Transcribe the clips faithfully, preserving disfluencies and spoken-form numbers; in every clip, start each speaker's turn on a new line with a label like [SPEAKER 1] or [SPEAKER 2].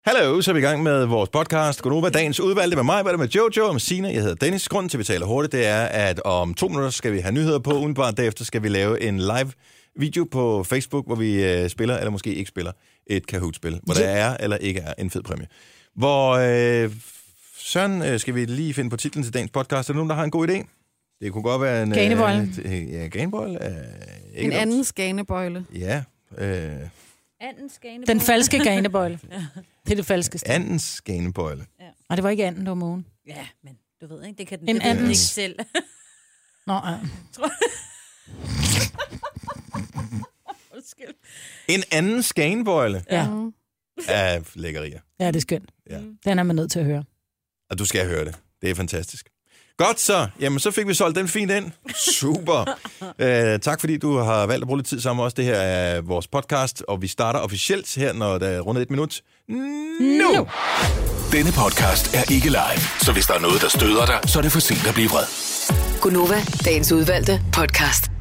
[SPEAKER 1] Hallo, så er vi i gang med vores podcast. Godnova, dagens udvalgte med mig, hvad er det med Jojo og med Signe. Jeg hedder Dennis. Grunden til, at vi taler hurtigt, det er, at om to minutter skal vi have nyheder på. Udenbart derefter skal vi lave en live video på Facebook, hvor vi øh, spiller, eller måske ikke spiller, et Kahoot-spil, hvor der er eller ikke er en fed præmie. Hvor, øh, Søren, øh, skal vi lige finde på titlen til dagens podcast. Er der nogen, der har en god idé? Det kunne godt være en...
[SPEAKER 2] Ganebøjle.
[SPEAKER 1] Øh, ja, ganebøjle. Øh,
[SPEAKER 2] en anden skanebøjle.
[SPEAKER 1] Ja. Øh,
[SPEAKER 3] Andens ganebøjle.
[SPEAKER 2] Den falske ganebøjle. Ja. Det er det falskeste.
[SPEAKER 1] Andens ganebøjle.
[SPEAKER 2] Ja. Nej, det var ikke anden, det var mågen.
[SPEAKER 3] Ja, men du ved ikke, det kan den,
[SPEAKER 2] en
[SPEAKER 3] det ved den
[SPEAKER 2] ikke
[SPEAKER 3] selv.
[SPEAKER 2] Nå, ja.
[SPEAKER 1] En anden skanebøjle.
[SPEAKER 2] Ja.
[SPEAKER 1] Af lækkerier.
[SPEAKER 2] Ja, det er skønt.
[SPEAKER 1] Ja.
[SPEAKER 2] Den er man nødt til at høre.
[SPEAKER 1] Og du skal høre det. Det er fantastisk. Godt så. Jamen, så fik vi solgt den fint ind. Super. uh, tak fordi du har valgt at bruge lidt tid sammen med os. Det her er vores podcast, og vi starter officielt her, når der er rundet et minut. Nu! No.
[SPEAKER 4] Denne podcast er ikke live, så hvis der er noget, der støder dig, så er det for sent at blive vred.
[SPEAKER 5] Godnova, dagens udvalgte podcast.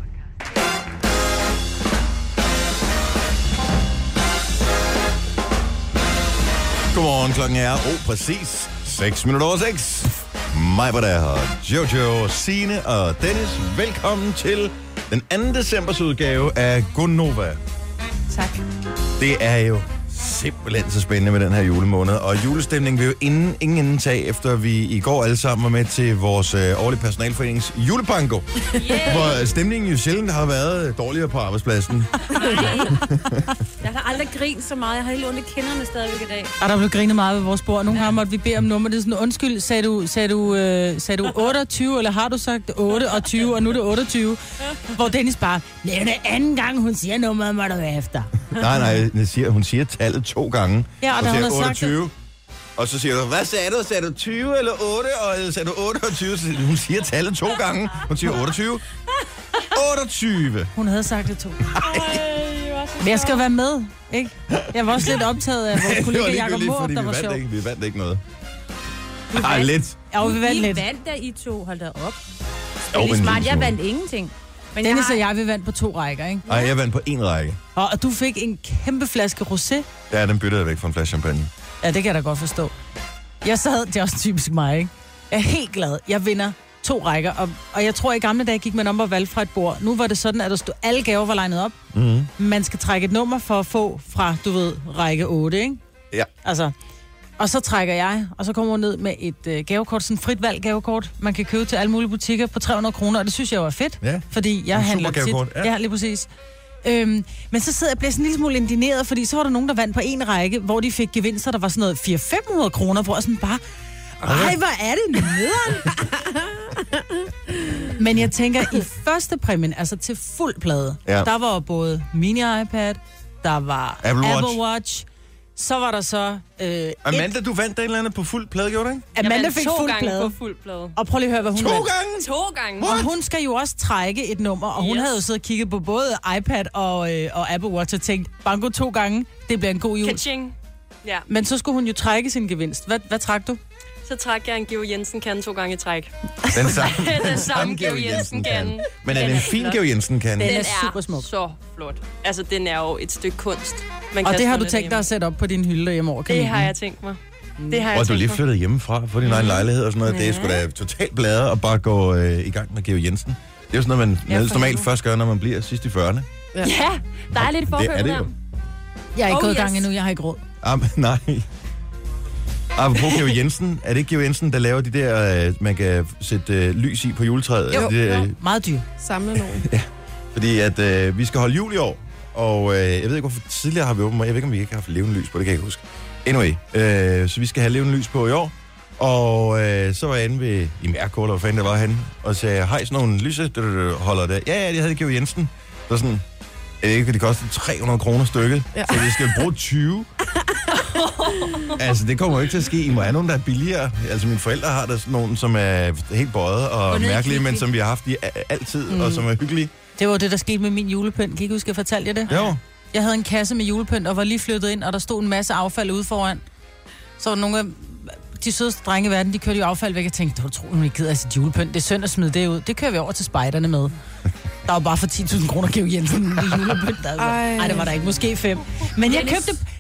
[SPEAKER 1] Godmorgen, klokken er, oh, præcis seks minutter over seks. Mig var der her, Jojo, Signe og Dennis. Velkommen til den anden decembers udgave af Godnova.
[SPEAKER 2] Tak.
[SPEAKER 1] Det er jo simpelthen så spændende med den her julemåned, og julestemning vil jo inden, ingen enden tage, efter vi i går alle sammen var med til vores øh, årlige personalforenings julepango, yeah. Hvor stemningen jo sjældent har været dårligere på arbejdspladsen.
[SPEAKER 3] Jeg har aldrig grint så meget. Jeg har helt ondt i kinderne stadigvæk i dag.
[SPEAKER 2] Og der blev grinet meget ved vores bord. Nogle gange måtte vi bede om nummer. Det er sådan, undskyld, sagde du, sagde du, øh, sagde du otteogtyve, eller har du sagt otteogtyve, og nu er det otteogtyve? Hvor Dennis bare, nævne anden gang, hun siger nummeret, må du være efter.
[SPEAKER 1] Nej, nej, hun siger, hun siger tallet to gange.
[SPEAKER 2] Ja, og, og
[SPEAKER 1] siger
[SPEAKER 2] hun
[SPEAKER 1] otteogtyve.
[SPEAKER 2] Sagt
[SPEAKER 1] og så siger du, hvad sagde du? Sagde du tyve eller otte? Og sagde du otteogtyve? Så hun siger tallet to gange. Hun siger otteogtyve. otteogtyve.
[SPEAKER 2] Hun havde sagt det to. Men jeg skal være med, ikke? Jeg var også lidt optaget af vores kollega Jacob Morup, der var sjov.
[SPEAKER 1] Ikke, vi vandt ikke noget.
[SPEAKER 3] Vi
[SPEAKER 1] Ej, lidt.
[SPEAKER 2] Ja, vi vandt
[SPEAKER 3] I
[SPEAKER 2] lidt.
[SPEAKER 3] I vandt da, I to. Hold da op.
[SPEAKER 1] Jo,
[SPEAKER 3] Det er smart. Jeg
[SPEAKER 1] smule.
[SPEAKER 3] vandt ingenting. Men
[SPEAKER 2] Dennis
[SPEAKER 3] jeg
[SPEAKER 2] og
[SPEAKER 3] har...
[SPEAKER 2] jeg, vi vandt på to rækker, ikke?
[SPEAKER 1] Ej, jeg vandt på en række.
[SPEAKER 2] Og, og du fik en kæmpe flaske rosé.
[SPEAKER 1] Ja, den byttede jeg væk fra en flaske champagne.
[SPEAKER 2] Ja, det kan jeg da godt forstå. Jeg sad, det er også typisk mig, ikke? Jeg er helt glad. Jeg vinder to rækker, og, og jeg tror, i gamle dage gik man om og valgte fra et bord. Nu var det sådan, at der stod, alle gaver var legnet op.
[SPEAKER 1] Mm-hmm.
[SPEAKER 2] Man skal trække et nummer for at få fra, du ved, række otte, ikke?
[SPEAKER 1] Ja.
[SPEAKER 2] Altså, og så trækker jeg, og så kommer hun ned med et øh, gavekort, sådan et frit valg gavekort, man kan købe til alle mulige butikker på tre hundrede kroner, og det synes jeg var fedt,
[SPEAKER 1] Ja.
[SPEAKER 2] fordi jeg
[SPEAKER 1] En
[SPEAKER 2] handler tit.
[SPEAKER 1] supergavekort, ja.
[SPEAKER 2] Ja, lige præcis. Øhm, men så sidder jeg og bliver sådan en lille smule indineret, fordi så var der nogen, der vandt på en række, hvor de fik gevinster, der var sådan noget fire til fem hundrede kroner, hvor jeg sådan bare, ej, hvor er det nederen. Men jeg tænker, i første præmien, altså til fuld plade,
[SPEAKER 1] Ja.
[SPEAKER 2] der var både mini-iPad, der var
[SPEAKER 1] Apple Watch.
[SPEAKER 2] Apple Watch, så var der så... Øh,
[SPEAKER 1] Amanda, du vandt der et eller andet på fuld plade, gjorde du ikke?
[SPEAKER 2] et, Amanda
[SPEAKER 3] vandt
[SPEAKER 2] fik
[SPEAKER 3] to
[SPEAKER 2] fuld
[SPEAKER 3] gange
[SPEAKER 2] plade.
[SPEAKER 3] på fuld plade.
[SPEAKER 2] Og prøv lige at høre, hvad hun
[SPEAKER 1] To
[SPEAKER 2] vandt.
[SPEAKER 1] gange?
[SPEAKER 3] To gange.
[SPEAKER 2] Og hun skal jo også trække et nummer, og hun
[SPEAKER 3] Yes.
[SPEAKER 2] havde jo siddet og kigget på både iPad og, øh, og Apple Watch og tænkt, banko to gange, det bliver en god jul.
[SPEAKER 6] Kaching. Ja,
[SPEAKER 2] Men så skulle hun jo trække sin gevinst. Hvad, hvad trak du?
[SPEAKER 6] så trak jeg en Georg Jensen-kande to gange i træk.
[SPEAKER 1] Den samme,
[SPEAKER 6] Den samme Georg Jensen-kande.
[SPEAKER 1] Men er
[SPEAKER 6] Den
[SPEAKER 1] det en
[SPEAKER 6] er
[SPEAKER 1] fin
[SPEAKER 6] flot.
[SPEAKER 1] Georg Jensen-kande?
[SPEAKER 2] Den
[SPEAKER 6] Den
[SPEAKER 2] er super smuk.
[SPEAKER 6] så flot. Altså, den er jo et stykke kunst. Man
[SPEAKER 2] Og
[SPEAKER 6] kan
[SPEAKER 2] det har
[SPEAKER 6] smide
[SPEAKER 2] du tænkt dig
[SPEAKER 6] derhjemme.
[SPEAKER 2] at sætte op på din hylde derhjemme over
[SPEAKER 6] Det
[SPEAKER 2] kaminen.
[SPEAKER 6] har jeg tænkt mig. Det har jeg
[SPEAKER 1] Og du er
[SPEAKER 6] tænkt
[SPEAKER 1] lige
[SPEAKER 6] mig.
[SPEAKER 1] flyttet hjemmefra for din egen lejlighed og sådan noget.
[SPEAKER 6] Ja.
[SPEAKER 1] Det er sgu da totalt bladret at bare gå øh, i gang med Georg Jensen. Det er jo sådan noget, man
[SPEAKER 2] Ja,
[SPEAKER 1] ja,
[SPEAKER 2] for
[SPEAKER 1] normalt
[SPEAKER 2] helvede.
[SPEAKER 1] først gør, når man bliver sidst i fyrrerne.
[SPEAKER 6] Ja, der er lidt
[SPEAKER 1] Det
[SPEAKER 6] forkøb
[SPEAKER 1] er det
[SPEAKER 6] der.
[SPEAKER 1] jo.
[SPEAKER 2] Jeg er ikke
[SPEAKER 6] Oh,
[SPEAKER 2] gået i
[SPEAKER 6] yes.
[SPEAKER 2] gang endnu, jeg har ikke råd.
[SPEAKER 1] Ah, men nej. Apropos Georg Jensen. Er det ikke Georg Jensen, der laver de der, øh, man kan sætte øh, lys i på juletræet?
[SPEAKER 2] Jo,
[SPEAKER 1] Altså, det, øh,
[SPEAKER 2] Meget dyr.
[SPEAKER 3] Samle nogen.
[SPEAKER 1] Fordi at øh, vi skal holde jul i år, og øh, jeg ved ikke, hvorfor tidligere har vi åbent, jeg ved ikke, om vi ikke har haft levende lys på, det kan jeg ikke huske. Anyway, øh, så vi skal have levende lys på i år, og øh, så var jeg inde ved, i Mærko, eller hvad fanden det var henne, og sagde, hej, sådan nogle lyseholder der. Ja, ja, det havde Georg Jensen. Så sådan, jeg ved ikke, det kostede tre hundrede kroner stykket, ja. Så vi skal bruge tyve. Altså, det kommer jo ikke til at ske. I må have nogen, der er billigere. Altså, mine forældre har der sådan nogle, som er helt bøjet og
[SPEAKER 3] ned i
[SPEAKER 1] mærkelige, men
[SPEAKER 3] Kvickly.
[SPEAKER 1] som vi har haft i a- altid, mm. og som er hyggelige.
[SPEAKER 2] Det var det, der skete med min julepynt. Kan I ikke huske, jeg fortalte jer det?
[SPEAKER 1] Jo.
[SPEAKER 2] Jeg havde en kasse med julepynt, og var lige flyttet ind, og der stod en masse affald ude foran. Så var der nogle af de sødeste drenge i verden, de kørte jo affald væk. Jeg tænkte, du tror, hun ikke gider af sit julepynt. Det er synd at smide det ud. Det kører vi over til spejderne med. Der var bare for ti tusind kroner Georg Jensen i julepynt. Altså. Ej. Ej, det var der ikke. Måske fem. Men jeg købte,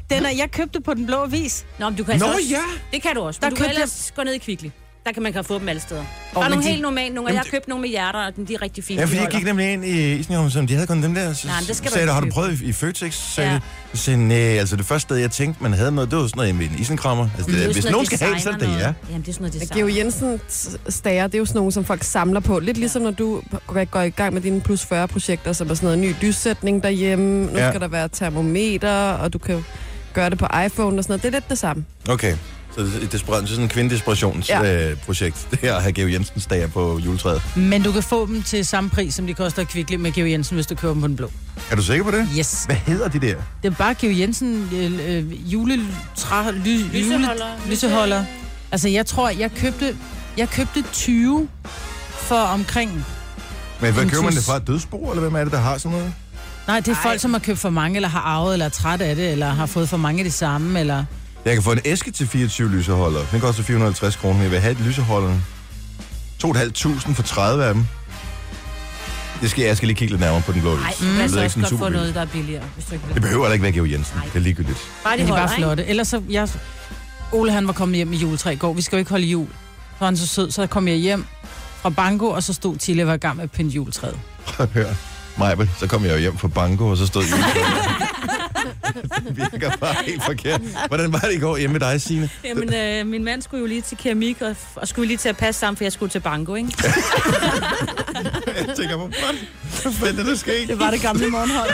[SPEAKER 2] Den er, jeg købte på Den Blå Avis.
[SPEAKER 3] Nå, men du kan
[SPEAKER 1] Nå,
[SPEAKER 3] også,
[SPEAKER 1] ja.
[SPEAKER 3] Det kan du også.
[SPEAKER 2] Der
[SPEAKER 3] Men du kan
[SPEAKER 2] købte
[SPEAKER 3] ellers gå ned i Kvickly. Der kan man kan få dem alle steder. Der
[SPEAKER 2] men
[SPEAKER 3] er nogle
[SPEAKER 2] de-
[SPEAKER 3] helt normale nogle, og jeg har
[SPEAKER 1] Jamen,
[SPEAKER 3] købt nogle med hjerter, og de er rigtig fine.
[SPEAKER 1] Ja, fordi
[SPEAKER 3] de
[SPEAKER 1] jeg gik
[SPEAKER 3] holder.
[SPEAKER 1] nemlig ind i Isenjorden, som de havde kun dem der. Så
[SPEAKER 3] Nej, men det skal du
[SPEAKER 1] sagde
[SPEAKER 3] ikke
[SPEAKER 1] jeg, har du
[SPEAKER 3] købe.
[SPEAKER 1] prøvet i, i Føtex? Så sagde
[SPEAKER 3] Ja.
[SPEAKER 1] de, så sagde jeg, nej, altså det første sted, jeg tænkte, man havde noget, det var sådan noget med en isenkrammer. Altså,
[SPEAKER 3] Det er
[SPEAKER 1] det,
[SPEAKER 3] jo
[SPEAKER 1] hvis
[SPEAKER 3] sådan
[SPEAKER 1] nogen
[SPEAKER 3] noget
[SPEAKER 1] skal have det, så er det det,
[SPEAKER 3] designer
[SPEAKER 1] ja.
[SPEAKER 3] noget. Jamen, det er sådan noget
[SPEAKER 7] Geo
[SPEAKER 3] design.
[SPEAKER 7] Jensens stager, det er jo sådan nogle, som folk samler på. Lidt ligesom når du går i gang med dine plus fyrre-projekter, som er sådan noget ny lyssætning derhjemme. Nu
[SPEAKER 1] Ja.
[SPEAKER 7] skal der være termometer, og du kan gøre det på iPhone og sådan noget. Det er lidt det samme.
[SPEAKER 1] Okay. Så det er desperat, det er sådan en kvindedesperationsprojekt,
[SPEAKER 7] Ja.
[SPEAKER 1] øh, projekt. Det her at have Geo Jensens dager på juletræet.
[SPEAKER 2] Men du kan få dem til samme pris, som de koster i Kvickly med Geo Jensen, hvis du køber dem på Den Blå.
[SPEAKER 1] Er du sikker på det?
[SPEAKER 2] Yes.
[SPEAKER 1] Hvad hedder de der?
[SPEAKER 2] Det er bare Geo Jensen øh, øh, juletra, ly,
[SPEAKER 3] Lyseholder.
[SPEAKER 2] Jule, lyseholder. Altså, jeg tror, jeg købte, jeg købte tyve for omkring...
[SPEAKER 1] Men hvad
[SPEAKER 2] En
[SPEAKER 1] køber man det
[SPEAKER 2] tus.
[SPEAKER 1] fra? Et dødsbo, eller hvem er det, der har sådan noget?
[SPEAKER 2] Nej, det er folk, som har købt for mange, eller har arvet, eller er træt af det, eller har fået for mange af de samme, eller...
[SPEAKER 1] Jeg kan få en æske til fireogtyve lyseholder. Den koster fire hundrede og halvtreds kroner. Jeg vil have et lyseholder. to tusind fem hundrede for tredive af dem. Det skal, jeg skal lige kigge lidt nærmere på Den Blå Avis.
[SPEAKER 3] Nej,
[SPEAKER 1] Det
[SPEAKER 3] du
[SPEAKER 1] er
[SPEAKER 3] kan
[SPEAKER 1] ikke
[SPEAKER 3] altså også
[SPEAKER 1] sådan
[SPEAKER 3] godt få
[SPEAKER 1] super
[SPEAKER 3] noget, der er billigere, hvis du ikke vil.
[SPEAKER 1] Det behøver heller ikke være Geo Jensen.
[SPEAKER 3] Nej.
[SPEAKER 1] Det er ligegyldigt.
[SPEAKER 3] Bare de
[SPEAKER 2] De er
[SPEAKER 3] holder,
[SPEAKER 2] bare flotte. Ellers så... Jeg, Ole, han var kommet hjem i juletræ i går. Vi skal jo ikke holde jul. Så var han så sød, så kom jeg hjem fra banko, og så stod Tille og var i gang med at pynte juletræet.
[SPEAKER 1] Hør, Majbel, så kom jeg jo hjem fra banko, og så stod juletræet. Det virker bare helt forkert. Hvordan var det i går hjemme med dig, Signe?
[SPEAKER 3] Jamen, øh, min mand skulle jo lige til keramik, og, og skulle lige til at passe sammen, for jeg skulle til banko, ikke?
[SPEAKER 1] Jeg tænker på, hvad fanden er der sket?
[SPEAKER 2] Det var det gamle morgenhold.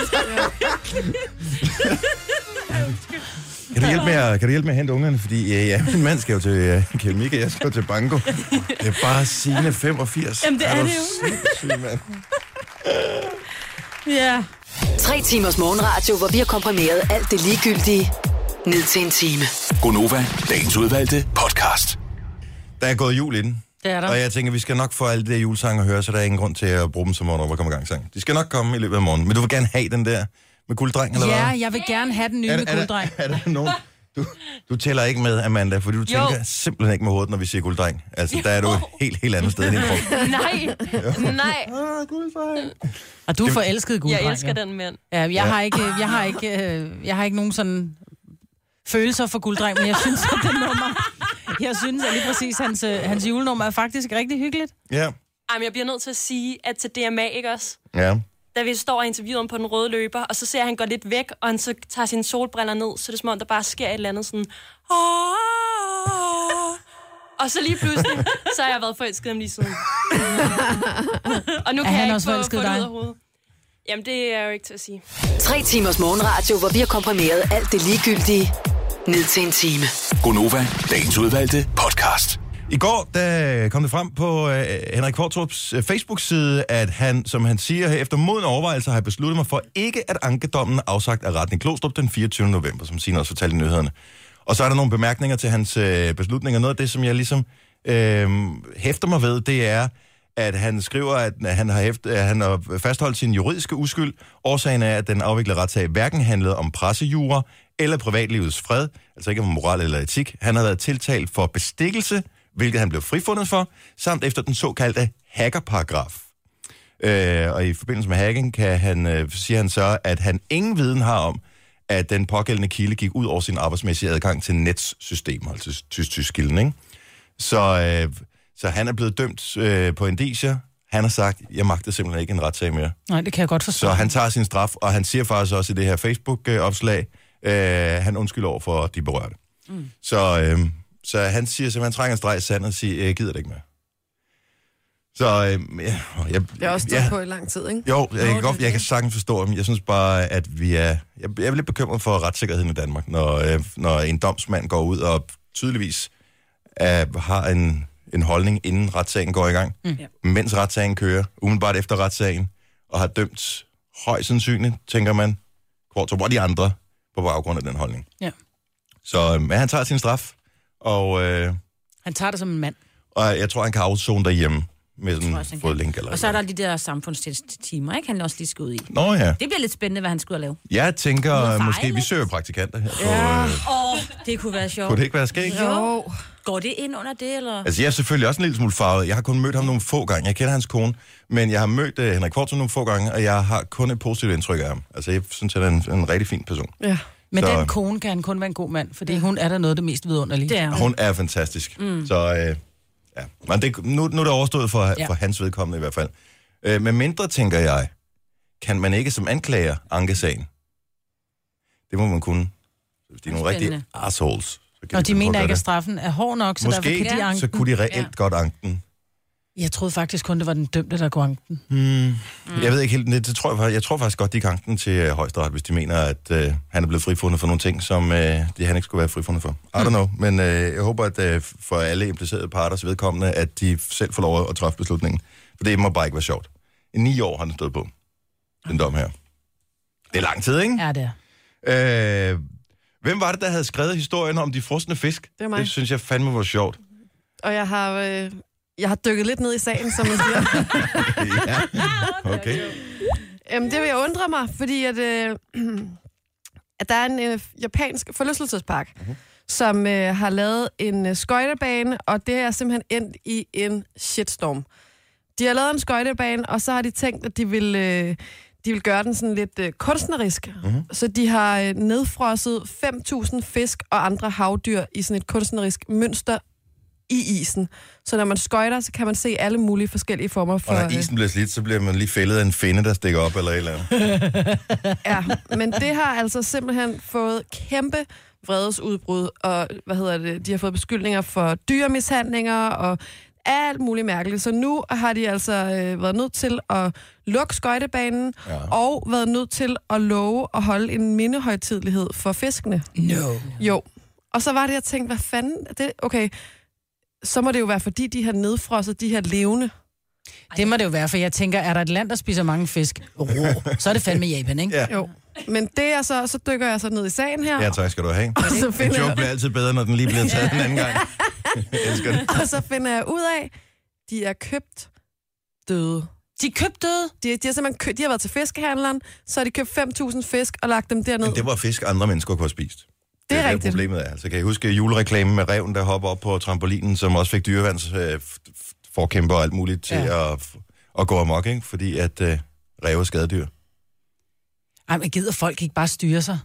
[SPEAKER 1] Kan du hjælpe med at, kan du hjælpe med at hente ungerne? Fordi ja, ja, min mand skal jo til uh, keramik, og jeg skal jo til banko. Det er bare Signe femogfirs.
[SPEAKER 3] Jamen, det er
[SPEAKER 1] du
[SPEAKER 3] det jo.
[SPEAKER 1] sindssyg, mand?
[SPEAKER 3] Ja.
[SPEAKER 5] Tre timers morgenradio, hvor vi har komprimeret alt det ligegyldige ned til en time.
[SPEAKER 4] Gonova, dagens udvalgte podcast.
[SPEAKER 1] Der er gået jul inden.
[SPEAKER 2] Det er der.
[SPEAKER 1] Og jeg tænker, vi skal nok få alle de der julesange at høre, så der er ingen grund til at bruge dem som morgen, hvor kommer gang sang. De skal nok komme i løbet af morgenen. Men du vil gerne have den der med gulddreng, eller
[SPEAKER 2] Ja,
[SPEAKER 1] hvad?
[SPEAKER 2] jeg vil gerne have den nye
[SPEAKER 1] Er
[SPEAKER 2] med
[SPEAKER 1] der- er der-
[SPEAKER 2] gulddreng.
[SPEAKER 1] Er der nogen? Du, du tæller ikke med, Amanda, fordi du tænker simpelthen ikke med hovedet, når vi siger gulddreng. Altså, der er du et helt, helt andet sted i din krop.
[SPEAKER 6] Nej, nej.
[SPEAKER 1] Ah, gulddreng.
[SPEAKER 2] Og du er forelsket gulddreng.
[SPEAKER 6] Jeg elsker
[SPEAKER 2] ja.
[SPEAKER 6] den mand.
[SPEAKER 2] Ja, jeg, har ikke, jeg, har ikke, øh, jeg har ikke nogen sådan følelser for gulddreng, men jeg synes, at det nummer... Jeg synes, at lige præcis hans, øh, hans julenummer er faktisk rigtig hyggeligt.
[SPEAKER 1] Ja.
[SPEAKER 6] Jamen, jeg bliver nødt til at sige, at til D M A, ikke også?
[SPEAKER 1] Ja.
[SPEAKER 6] Da vi står og interviewer ham på den røde løber, og så ser jeg, at han går lidt væk, og han så tager sine solbriller ned, så det er som om, der bare sker et eller andet sådan... Og så lige pludselig, så har jeg været forelsket ham lige siden. Og nu
[SPEAKER 2] Er
[SPEAKER 6] kan
[SPEAKER 2] han
[SPEAKER 6] jeg ikke
[SPEAKER 2] også
[SPEAKER 6] få, få
[SPEAKER 2] forelsket
[SPEAKER 6] det ud
[SPEAKER 2] dig?
[SPEAKER 6] af hovedet. Jamen, det er jo ikke til at sige.
[SPEAKER 5] Tre timers morgenradio, hvor vi har komprimeret alt det ligegyldige ned til en time.
[SPEAKER 4] Gonova, dagens udvalgte podcast.
[SPEAKER 1] I går der kom det frem på øh, Henrik Kvartrups øh, Facebook-side, at han, som han siger, efter moden overvejelser har jeg besluttet mig for ikke at ankedommen afsagt af Retten Klostrup den fireogtyvende november, som Signe også fortalte i nyhederne. Og så er der nogle bemærkninger til hans øh, beslutninger. Noget af det, som jeg ligesom øh, hæfter mig ved, det er, at han skriver, at han har, hæft, at han har fastholdt sin juridiske uskyld. Årsagen er, at den afviklede retssag hverken handlede om pressejura eller privatlivets fred, altså ikke om moral eller etik. Han har været tiltalt for bestikkelse, hvilket han blev frifundet for, samt efter den såkaldte hackerparagraf. Øh, og i forbindelse med hacking kan han, øh, siger han så, at han ingen viden har om, at den pågældende kilde gik ud over sin arbejdsmæssige adgang til Nets system, altså tysk-tysk-kilden, ikke? Så, øh, så han er blevet dømt øh, på indicier. Han har sagt, jeg magter simpelthen ikke en retssag mere.
[SPEAKER 2] Nej, det kan jeg godt forstå.
[SPEAKER 1] Så han tager sin straf, og han siger faktisk også i det her Facebook-opslag, øh, han undskylder over for de berørte. Mm. Så, øh, så han siger simpelthen, han trænger en streg i sandet og siger, jeg gider det ikke mere. Så øh, ja, jeg,
[SPEAKER 7] Det er også stået
[SPEAKER 1] ja,
[SPEAKER 7] på i lang tid, ikke?
[SPEAKER 1] jo, jeg, kan godt, jeg kan sagtens forstå dem. Jeg synes bare, at vi er... Jeg, jeg er lidt bekymret for retssikkerheden i Danmark, når, øh, når en domsmand går ud og tydeligvis øh, har en, en holdning, inden retssagen går i gang, mm. mens retssagen kører, umiddelbart efter retssagen, og har dømt højst sandsynligt, tænker man, Kvartrup og de andre, på baggrund af den holdning.
[SPEAKER 2] Ja.
[SPEAKER 1] Så øh, han tager sin straf, og, øh,
[SPEAKER 2] Han tager det som en mand.
[SPEAKER 1] og jeg tror, han kan afzone derhjemme med sådan en fodlænke. Eller
[SPEAKER 3] Og så er der de der samfundstimer, ikke? Han også lige skal ud i.
[SPEAKER 1] Nå ja.
[SPEAKER 3] Det bliver lidt spændende, hvad han skulle lave.
[SPEAKER 1] Jeg tænker,
[SPEAKER 3] Noget
[SPEAKER 1] måske vi
[SPEAKER 3] fejl.
[SPEAKER 1] søger praktikanter her. På,
[SPEAKER 3] Ja.
[SPEAKER 1] øh,
[SPEAKER 3] Åh, oh, det kunne være sjovt.
[SPEAKER 1] kunne det ikke være skægt?
[SPEAKER 3] Jo. Går det ind under det, eller?
[SPEAKER 1] Altså, jeg er selvfølgelig også en lille smule farvet. Jeg har kun mødt ham nogle få gange. Jeg kender hans kone, men jeg har mødt uh, Henrik Kvartrup nogle få gange, og jeg har kun et positivt indtryk af ham. Altså, jeg synes, han er en, en rigtig fin person.
[SPEAKER 7] Ja.
[SPEAKER 2] Men
[SPEAKER 1] så,
[SPEAKER 2] den kone kan han kun være en god mand, fordi hun er der noget af det mest vidunderlige.
[SPEAKER 3] Det er hun.
[SPEAKER 1] Hun er fantastisk. Mm. Så øh, ja, men det, nu, nu er det overstået for, ja. for hans vedkommende i hvert fald. Øh, men mindre, tænker jeg, kan man ikke som anklager anke sagen. Det må man kunne. Hvis de er nogle rigtige assholes. Så kan
[SPEAKER 2] og de, de mener ikke,
[SPEAKER 1] det.
[SPEAKER 2] at straffen er hård nok, så
[SPEAKER 1] Måske,
[SPEAKER 2] derfor kan de anke
[SPEAKER 1] så kunne de reelt ja. godt anke den.
[SPEAKER 2] Jeg troede faktisk kun, det var den dømte, der kunne anke den.
[SPEAKER 1] Hmm. Mm. Jeg ved ikke helt, det, det tror jeg, jeg tror faktisk godt, de kan anke den til øh, højesteret, hvis de mener, at øh, han er blevet frifundet for nogle ting, som øh, de, han ikke skulle være frifundet for. I don't know, men øh, jeg håber, at øh, for alle implicerede parters vedkommende, at de selv får lov at træffe beslutningen. For det må bare ikke være sjovt. I ni år har den stået på, den dom her. Det er lang tid, ikke?
[SPEAKER 2] Ja, det er.
[SPEAKER 1] Øh, hvem var det, der havde skrevet historien om de frosne fisk?
[SPEAKER 7] Det var mig.
[SPEAKER 1] Det synes jeg fandme var sjovt.
[SPEAKER 7] Og jeg har, øh, jeg har dykket lidt ned i sagen, som man siger.
[SPEAKER 1] Ja, okay.
[SPEAKER 7] Øhm, det vil jeg undre mig, fordi at, øh, at der er en øh, japansk forlystelsespark, uh-huh. som øh, har lavet en øh, skøjtebane, og det er simpelthen endt i en shitstorm. De har lavet en skøjtebane, og så har de tænkt, at de vil, øh, de vil gøre den sådan lidt øh, kunstnerisk. Uh-huh. Så de har øh, nedfrosset fem tusind fisk og andre havdyr i sådan et kunstnerisk mønster i isen. Så når man skøjter, så kan man se alle mulige forskellige former for...
[SPEAKER 1] Og når isen bliver slidt, så bliver man lige fældet af en finde, der stikker op eller et eller andet.
[SPEAKER 7] Ja, men det har altså simpelthen fået kæmpe vredesudbrud, og hvad hedder det, de har fået beskyldninger for dyremishandlinger og alt muligt mærkeligt. Så nu har de altså øh, været nødt til at lukke skøjtebanen, ja. og været nødt til at love at holde en mindehøjtidelighed for fiskene.
[SPEAKER 2] No.
[SPEAKER 7] Jo. Og så var det, jeg tænkte, hvad fanden... Det, okay, så må det jo være, fordi de har nedfrosset de her levende.
[SPEAKER 2] Det må det jo være, for jeg tænker, er der et land, der spiser mange fisk rå, så er det fandme Japan, ikke?
[SPEAKER 1] Ja.
[SPEAKER 7] Jo. Men det er så, så dykker jeg så ned i sagen her.
[SPEAKER 1] Ja, tak skal du have.
[SPEAKER 7] Og så
[SPEAKER 1] En
[SPEAKER 7] finder
[SPEAKER 1] joke
[SPEAKER 7] jeg,
[SPEAKER 1] bliver altid bedre, når den lige bliver taget den anden gang. Jeg elsker det.
[SPEAKER 7] og så finder jeg ud af, de er købt døde.
[SPEAKER 2] De købte døde?
[SPEAKER 7] De, de, har simpelthen købt, de har været til fiskehandleren, så har de købt fem tusind fisk og lagt dem derned.
[SPEAKER 1] Men det var fisk, andre mennesker kunne have spist.
[SPEAKER 7] Det er
[SPEAKER 1] det,
[SPEAKER 7] rigtigt.
[SPEAKER 1] Problemet er. Altså, kan I huske julereklamen med ræven, der hopper op på trampolinen, som også fik dyrevands øh, forkæmper og alt muligt til ja. at, at gå amok, ikke? Fordi at øh, ræve er skadedyr.
[SPEAKER 2] Ej, men gider folk ikke bare styre sig?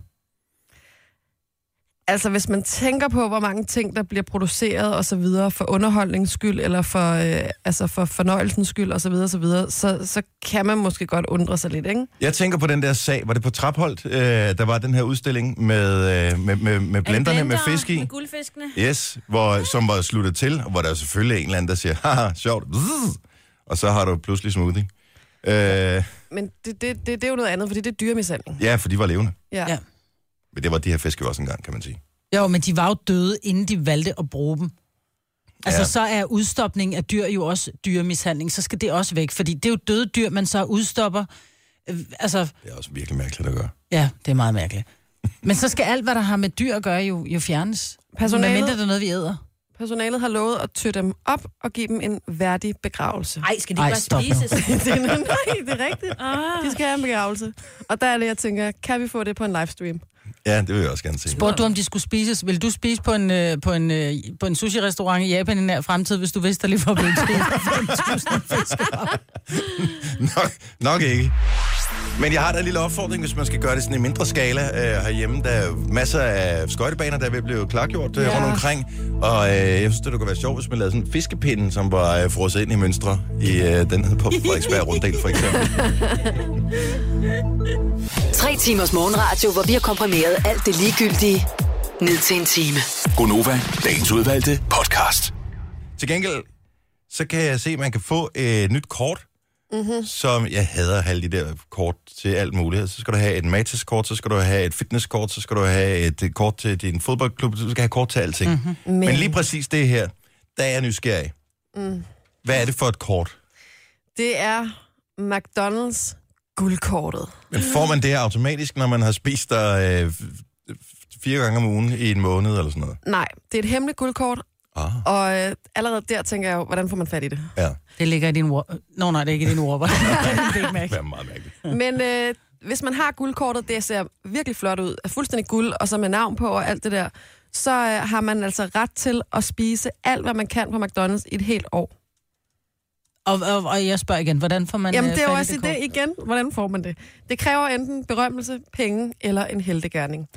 [SPEAKER 7] Altså, hvis man tænker på, hvor mange ting, der bliver produceret og så videre for underholdningens skyld, eller for, øh, altså for fornøjelsens skyld og så videre, så, videre så, så kan man måske godt undre sig lidt, ikke?
[SPEAKER 1] Jeg tænker på den der sag, var det på Trapholt, øh, der var den her udstilling med, øh, med, med, med blenderne med fisk i?
[SPEAKER 3] Med guldfiskene.
[SPEAKER 1] Yes, hvor, som var sluttet til, og hvor der er selvfølgelig en eller anden, der siger, haha, sjovt, og så har du pludselig smoothie. Øh,
[SPEAKER 7] Men det, det, det, det er jo noget andet, fordi det er dyremishandling.
[SPEAKER 1] ja, for de var levende.
[SPEAKER 7] Ja.
[SPEAKER 2] Ja.
[SPEAKER 1] Men det var de her fisk jo også engang, kan man sige.
[SPEAKER 2] Jo, men de var jo døde, inden de valgte at bruge dem. Altså,
[SPEAKER 1] Ja.
[SPEAKER 2] ja. så er udstopning af dyr jo også dyremishandling, så skal det også væk, fordi det er jo døde dyr, man så udstopper. Øh, altså,
[SPEAKER 1] Det er også virkelig mærkeligt at gøre.
[SPEAKER 2] ja, det er meget mærkeligt. Men så skal alt, hvad der har med dyr at gøre, jo, jo fjernes.
[SPEAKER 7] Personalet-
[SPEAKER 2] Medmindre det er noget, vi æder.
[SPEAKER 7] Personalet har lovet at tø dem op og give dem en værdig begravelse.
[SPEAKER 3] Ej, skal de
[SPEAKER 2] Ej,
[SPEAKER 3] ikke bare
[SPEAKER 2] stop nu.
[SPEAKER 3] spises?
[SPEAKER 7] det er, nej, det er rigtigt.
[SPEAKER 3] Ah.
[SPEAKER 7] De skal have en begravelse. Og der er det, jeg tænker, kan vi få det på en livestream?
[SPEAKER 1] Ja, det vil jeg også gerne se.
[SPEAKER 2] Spurgte du, om de skulle spises? Vil du spise på en, øh, på en, øh, på en sushi-restaurant i Japan i nær fremtid, hvis du vidste, der lige var blevet fem tusind fiskere?
[SPEAKER 1] nok, nok ikke. Men jeg har da en lille opfordring, hvis man skal gøre det sådan i mindre skala øh, herhjemme. Der er masser af skøjtebaner, der vil blive klargjort øh,
[SPEAKER 7] Ja.
[SPEAKER 1] rundt omkring. Og øh, jeg synes, det kunne være sjovt, hvis man lavede sådan en fiskepinde, som var øh, frosset ind i mønstre. I øh, den hed på Frederiksberg Runddel, for eksempel.
[SPEAKER 5] Tre timers morgenradio, hvor vi har komprimeret alt det ligegyldige ned til en time.
[SPEAKER 4] Gonova, dagens udvalgte podcast.
[SPEAKER 1] Til gengæld, så kan jeg se, at man kan få et nyt kort, mm-hmm. som jeg hader alle de der kort til alt muligt. Så skal du have et Matas-kort, så skal du have et fitnesskort, så skal du have et, et kort til din fodboldklub, så du skal have kort til alting. Mm-hmm. Men... Men lige præcis det her, der er jeg nysgerrig. Mm. Hvad er det for et kort?
[SPEAKER 7] Det er McDonald's guldkortet.
[SPEAKER 1] Men får man det automatisk, når man har spist der øh, fire gange om ugen i en måned eller sådan noget?
[SPEAKER 7] Nej, det er et hemmeligt guldkort. Ah. Og øh, allerede der tænker jeg jo, hvordan får man fat i det?
[SPEAKER 1] Ja.
[SPEAKER 2] Det ligger i din ord. Nå, nej, det er ikke i din ord. Det
[SPEAKER 1] er meget mærkeligt.
[SPEAKER 7] Men øh, hvis man har guldkortet, det ser virkelig flot ud, er fuldstændig guld, og så med navn på og alt det der, så øh, har man altså ret til at spise alt, hvad man kan på McDonald's i et helt år.
[SPEAKER 2] Og, og, og jeg spørger igen, hvordan får man
[SPEAKER 7] Jamen,
[SPEAKER 2] øh,
[SPEAKER 7] det er jo
[SPEAKER 2] fat i
[SPEAKER 7] også
[SPEAKER 2] det
[SPEAKER 7] det
[SPEAKER 2] kort?
[SPEAKER 7] igen. Hvordan får man det? Det kræver enten berømmelse, penge eller en heltegerning.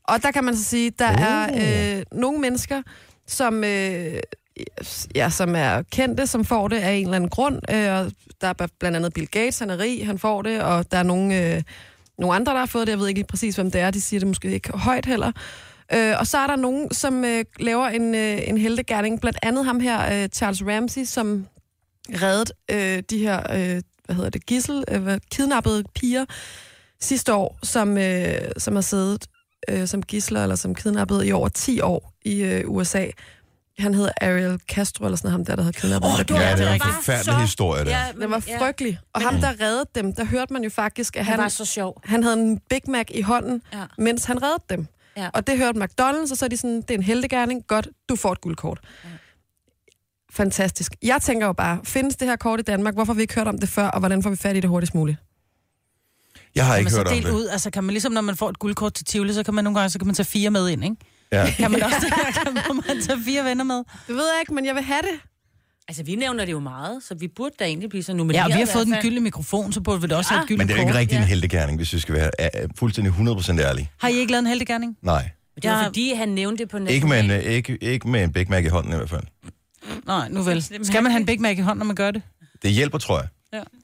[SPEAKER 7] Og der kan man så sige, der oh. er øh, nogle mennesker, som, øh, ja, som er kendte, som får det af en eller anden grund. Øh, og der er blandt andet Bill Gates, han er rig, han får det, og der er nogle, øh, nogle andre, der har fået det. Jeg ved ikke præcis, hvem det er. De siger det måske ikke højt heller. Øh, og så er der nogen, som øh, laver en, øh, en heltegerning. Blandt andet ham her, øh, Charles Ramsey, som reddede øh, de her, øh, hvad hedder det, gissel, øh, kidnappede piger sidste år, som, øh, som har siddet øh, som gidsler eller som kidnappede i over ti år i øh, U S A. Han hedder Ariel Castro, eller sådan ham der, der havde kidnappet.
[SPEAKER 1] Oh, ja, det er en forfærdelig så... historie, der.
[SPEAKER 7] Ja, den var frygtelig. Og ham, der reddede dem, der hørte man jo faktisk, at
[SPEAKER 3] han,
[SPEAKER 7] han,
[SPEAKER 3] var så sjov.
[SPEAKER 7] han havde en Big Mac i hånden, ja. mens han reddede dem. Ja. Og det hørte McDonald's, og så er de sådan, det er en heltegerning. Godt, du får et guldkort. Ja. Fantastisk. Jeg tænker jo bare, findes det her kort i Danmark? Hvorfor har vi ikke hørt om det før, og hvordan får vi fat i det hurtigst muligt?
[SPEAKER 1] Jeg har ikke hørt om det.
[SPEAKER 2] Ud, altså kan man ligesom, når man får et guldkort til Tivoli, så kan man nogle gange så kan man tage fire med ind, ikke?
[SPEAKER 1] Ja.
[SPEAKER 2] Kan man også det her, kan man tage fire venner med?
[SPEAKER 7] Det ved jeg ikke, men jeg vil have det.
[SPEAKER 3] Altså, vi nævner det jo meget, så vi burde da egentlig blive så nomineret.
[SPEAKER 2] Ja, og vi har fået den gyldne mikrofon, så burde vi da også ja. have et gyldne kort.
[SPEAKER 1] Men det er jo ikke rigtig ja. en heltegerning, hvis vi skal være uh, fuldstændig hundrede procent ærlige.
[SPEAKER 2] Har I ikke lavet en heltegerning?
[SPEAKER 1] Nej.
[SPEAKER 3] Det var fordi, han nævnte det på nettet.
[SPEAKER 1] Ikke med en, ikke, ikke med en Big Mac i hånden i hvert fald.
[SPEAKER 2] Nej, nu vel. Skal man have en Big Mac i hånden, når man gør det?
[SPEAKER 1] Det hjælper, tror jeg.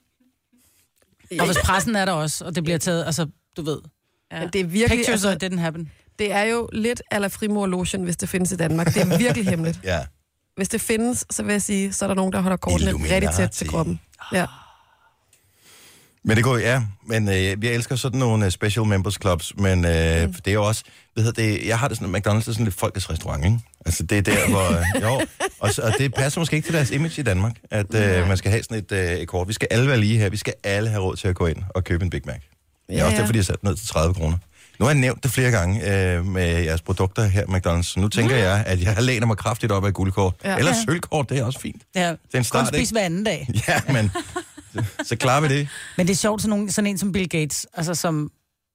[SPEAKER 2] Ja. Og hvis pressen er der også, og det bliver taget, altså, du ved.
[SPEAKER 7] Ja. Men det er virkelig...
[SPEAKER 2] Pictures
[SPEAKER 7] altså,
[SPEAKER 2] didn't happen.
[SPEAKER 7] Det er jo lidt a la Frimor Lotion, hvis det findes i Danmark. Det er virkelig hemmeligt.
[SPEAKER 1] Ja. Hvis
[SPEAKER 7] det findes, så vil jeg sige, så er der nogen, der holder kortene Illuminati. rigtig tæt til kroppen. Ja.
[SPEAKER 1] Men det går ja, men øh, vi elsker sådan nogle uh, special members clubs, men øh, mm. det er jo også, ved det, jeg har det sådan, McDonald's er sådan lidt folkets restaurant, ikke? Altså det er der, hvor, øh, jo, og, og det passer måske ikke til deres image i Danmark, at øh, man skal have sådan et, øh, et kort. Vi skal alle være lige her, vi skal alle have råd til at gå ind og købe en Big Mac. Det er ja, også derfor, de har sat den ned til tredive kroner. Nu har jeg nævnt det flere gange øh, med jeres produkter her McDonald's, så nu tænker mm. jeg, at jeg læner mig kraftigt op af guldkort. Ja. Eller sølvkort, det er også fint.
[SPEAKER 2] Ja,
[SPEAKER 1] det er en start,
[SPEAKER 2] kun spise hver anden dag.
[SPEAKER 1] Ja, men så klarer vi det.
[SPEAKER 2] Men det er sjovt, sådan, nogen, sådan en som Bill Gates, altså som...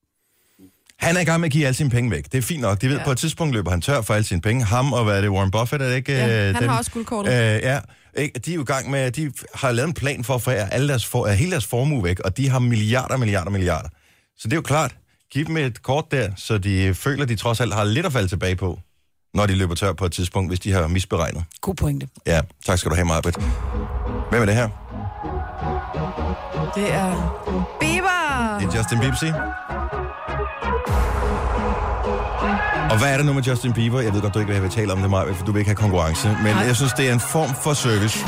[SPEAKER 1] Han er i gang med at give alle sine penge væk. Det er fint nok. De ved, ja. På et tidspunkt løber han tør for alle sine penge. Ham og hvad er det, Warren Buffett, er det ikke?
[SPEAKER 7] Ja,
[SPEAKER 1] øh,
[SPEAKER 7] han
[SPEAKER 1] den,
[SPEAKER 7] har også guldkortet.
[SPEAKER 1] Øh, ja, ikke? De er jo i gang med, de har lavet en plan for at forære alle deres for, hele deres formue væk, og de har milliarder, milliarder, milliarder. Så det er jo klart. Giv dem et kort der, så de føler, at de trods alt har lidt at falde tilbage på, når de løber tør på et tidspunkt, hvis de har misberegnet.
[SPEAKER 2] God pointe.
[SPEAKER 1] Ja, tak skal du have, Marbet. Hvem er det her?
[SPEAKER 7] Det er Bieber!
[SPEAKER 1] Det er Justin Bieber. Og hvad er det nu med Justin Bieber? Jeg ved godt, du ikke vil tale om det, Marbet, for du vil ikke have konkurrence. Men jeg synes, det er en form for service.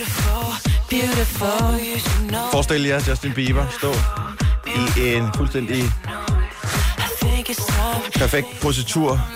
[SPEAKER 1] Forestil jer Justin Bieber stå i en fuldstændig perfekt positur.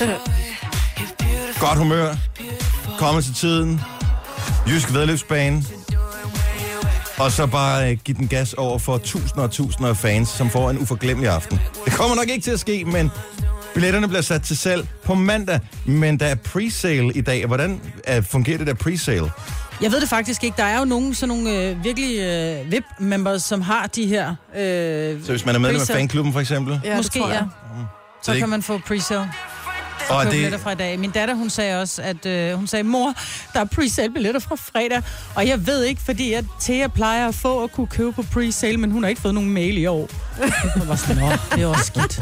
[SPEAKER 1] Godt humør. Komme til tiden. Jysk vedløbsbane. Og så bare give den gas over for tusinder og tusinder af fans, som får en uforglemmelig aften. Det kommer nok ikke til at ske, men billetterne bliver sat til salg på mandag. Men der er pre-sale i dag. Hvordan fungerer det der pre-sale?
[SPEAKER 2] Jeg ved det faktisk ikke. Der er jo nogle, sådan nogle øh, virkelig øh, V I P-members, som har de her... Øh,
[SPEAKER 1] så hvis man er medlem af fanklubben, for eksempel?
[SPEAKER 2] Ja, måske, ja. Mm. Så
[SPEAKER 1] det
[SPEAKER 2] kan man få pre-sale.
[SPEAKER 1] Og det...
[SPEAKER 2] billetter fra i dag. Min datter, hun sagde også, at øh, hun sagde, mor, der er pre-sale billetter fra fredag. Og jeg ved ikke, fordi jeg Thea plejer at få at kunne købe på pre-sale, men hun har ikke fået nogen mail i år. Jeg var sådan, nå, det er også skidt.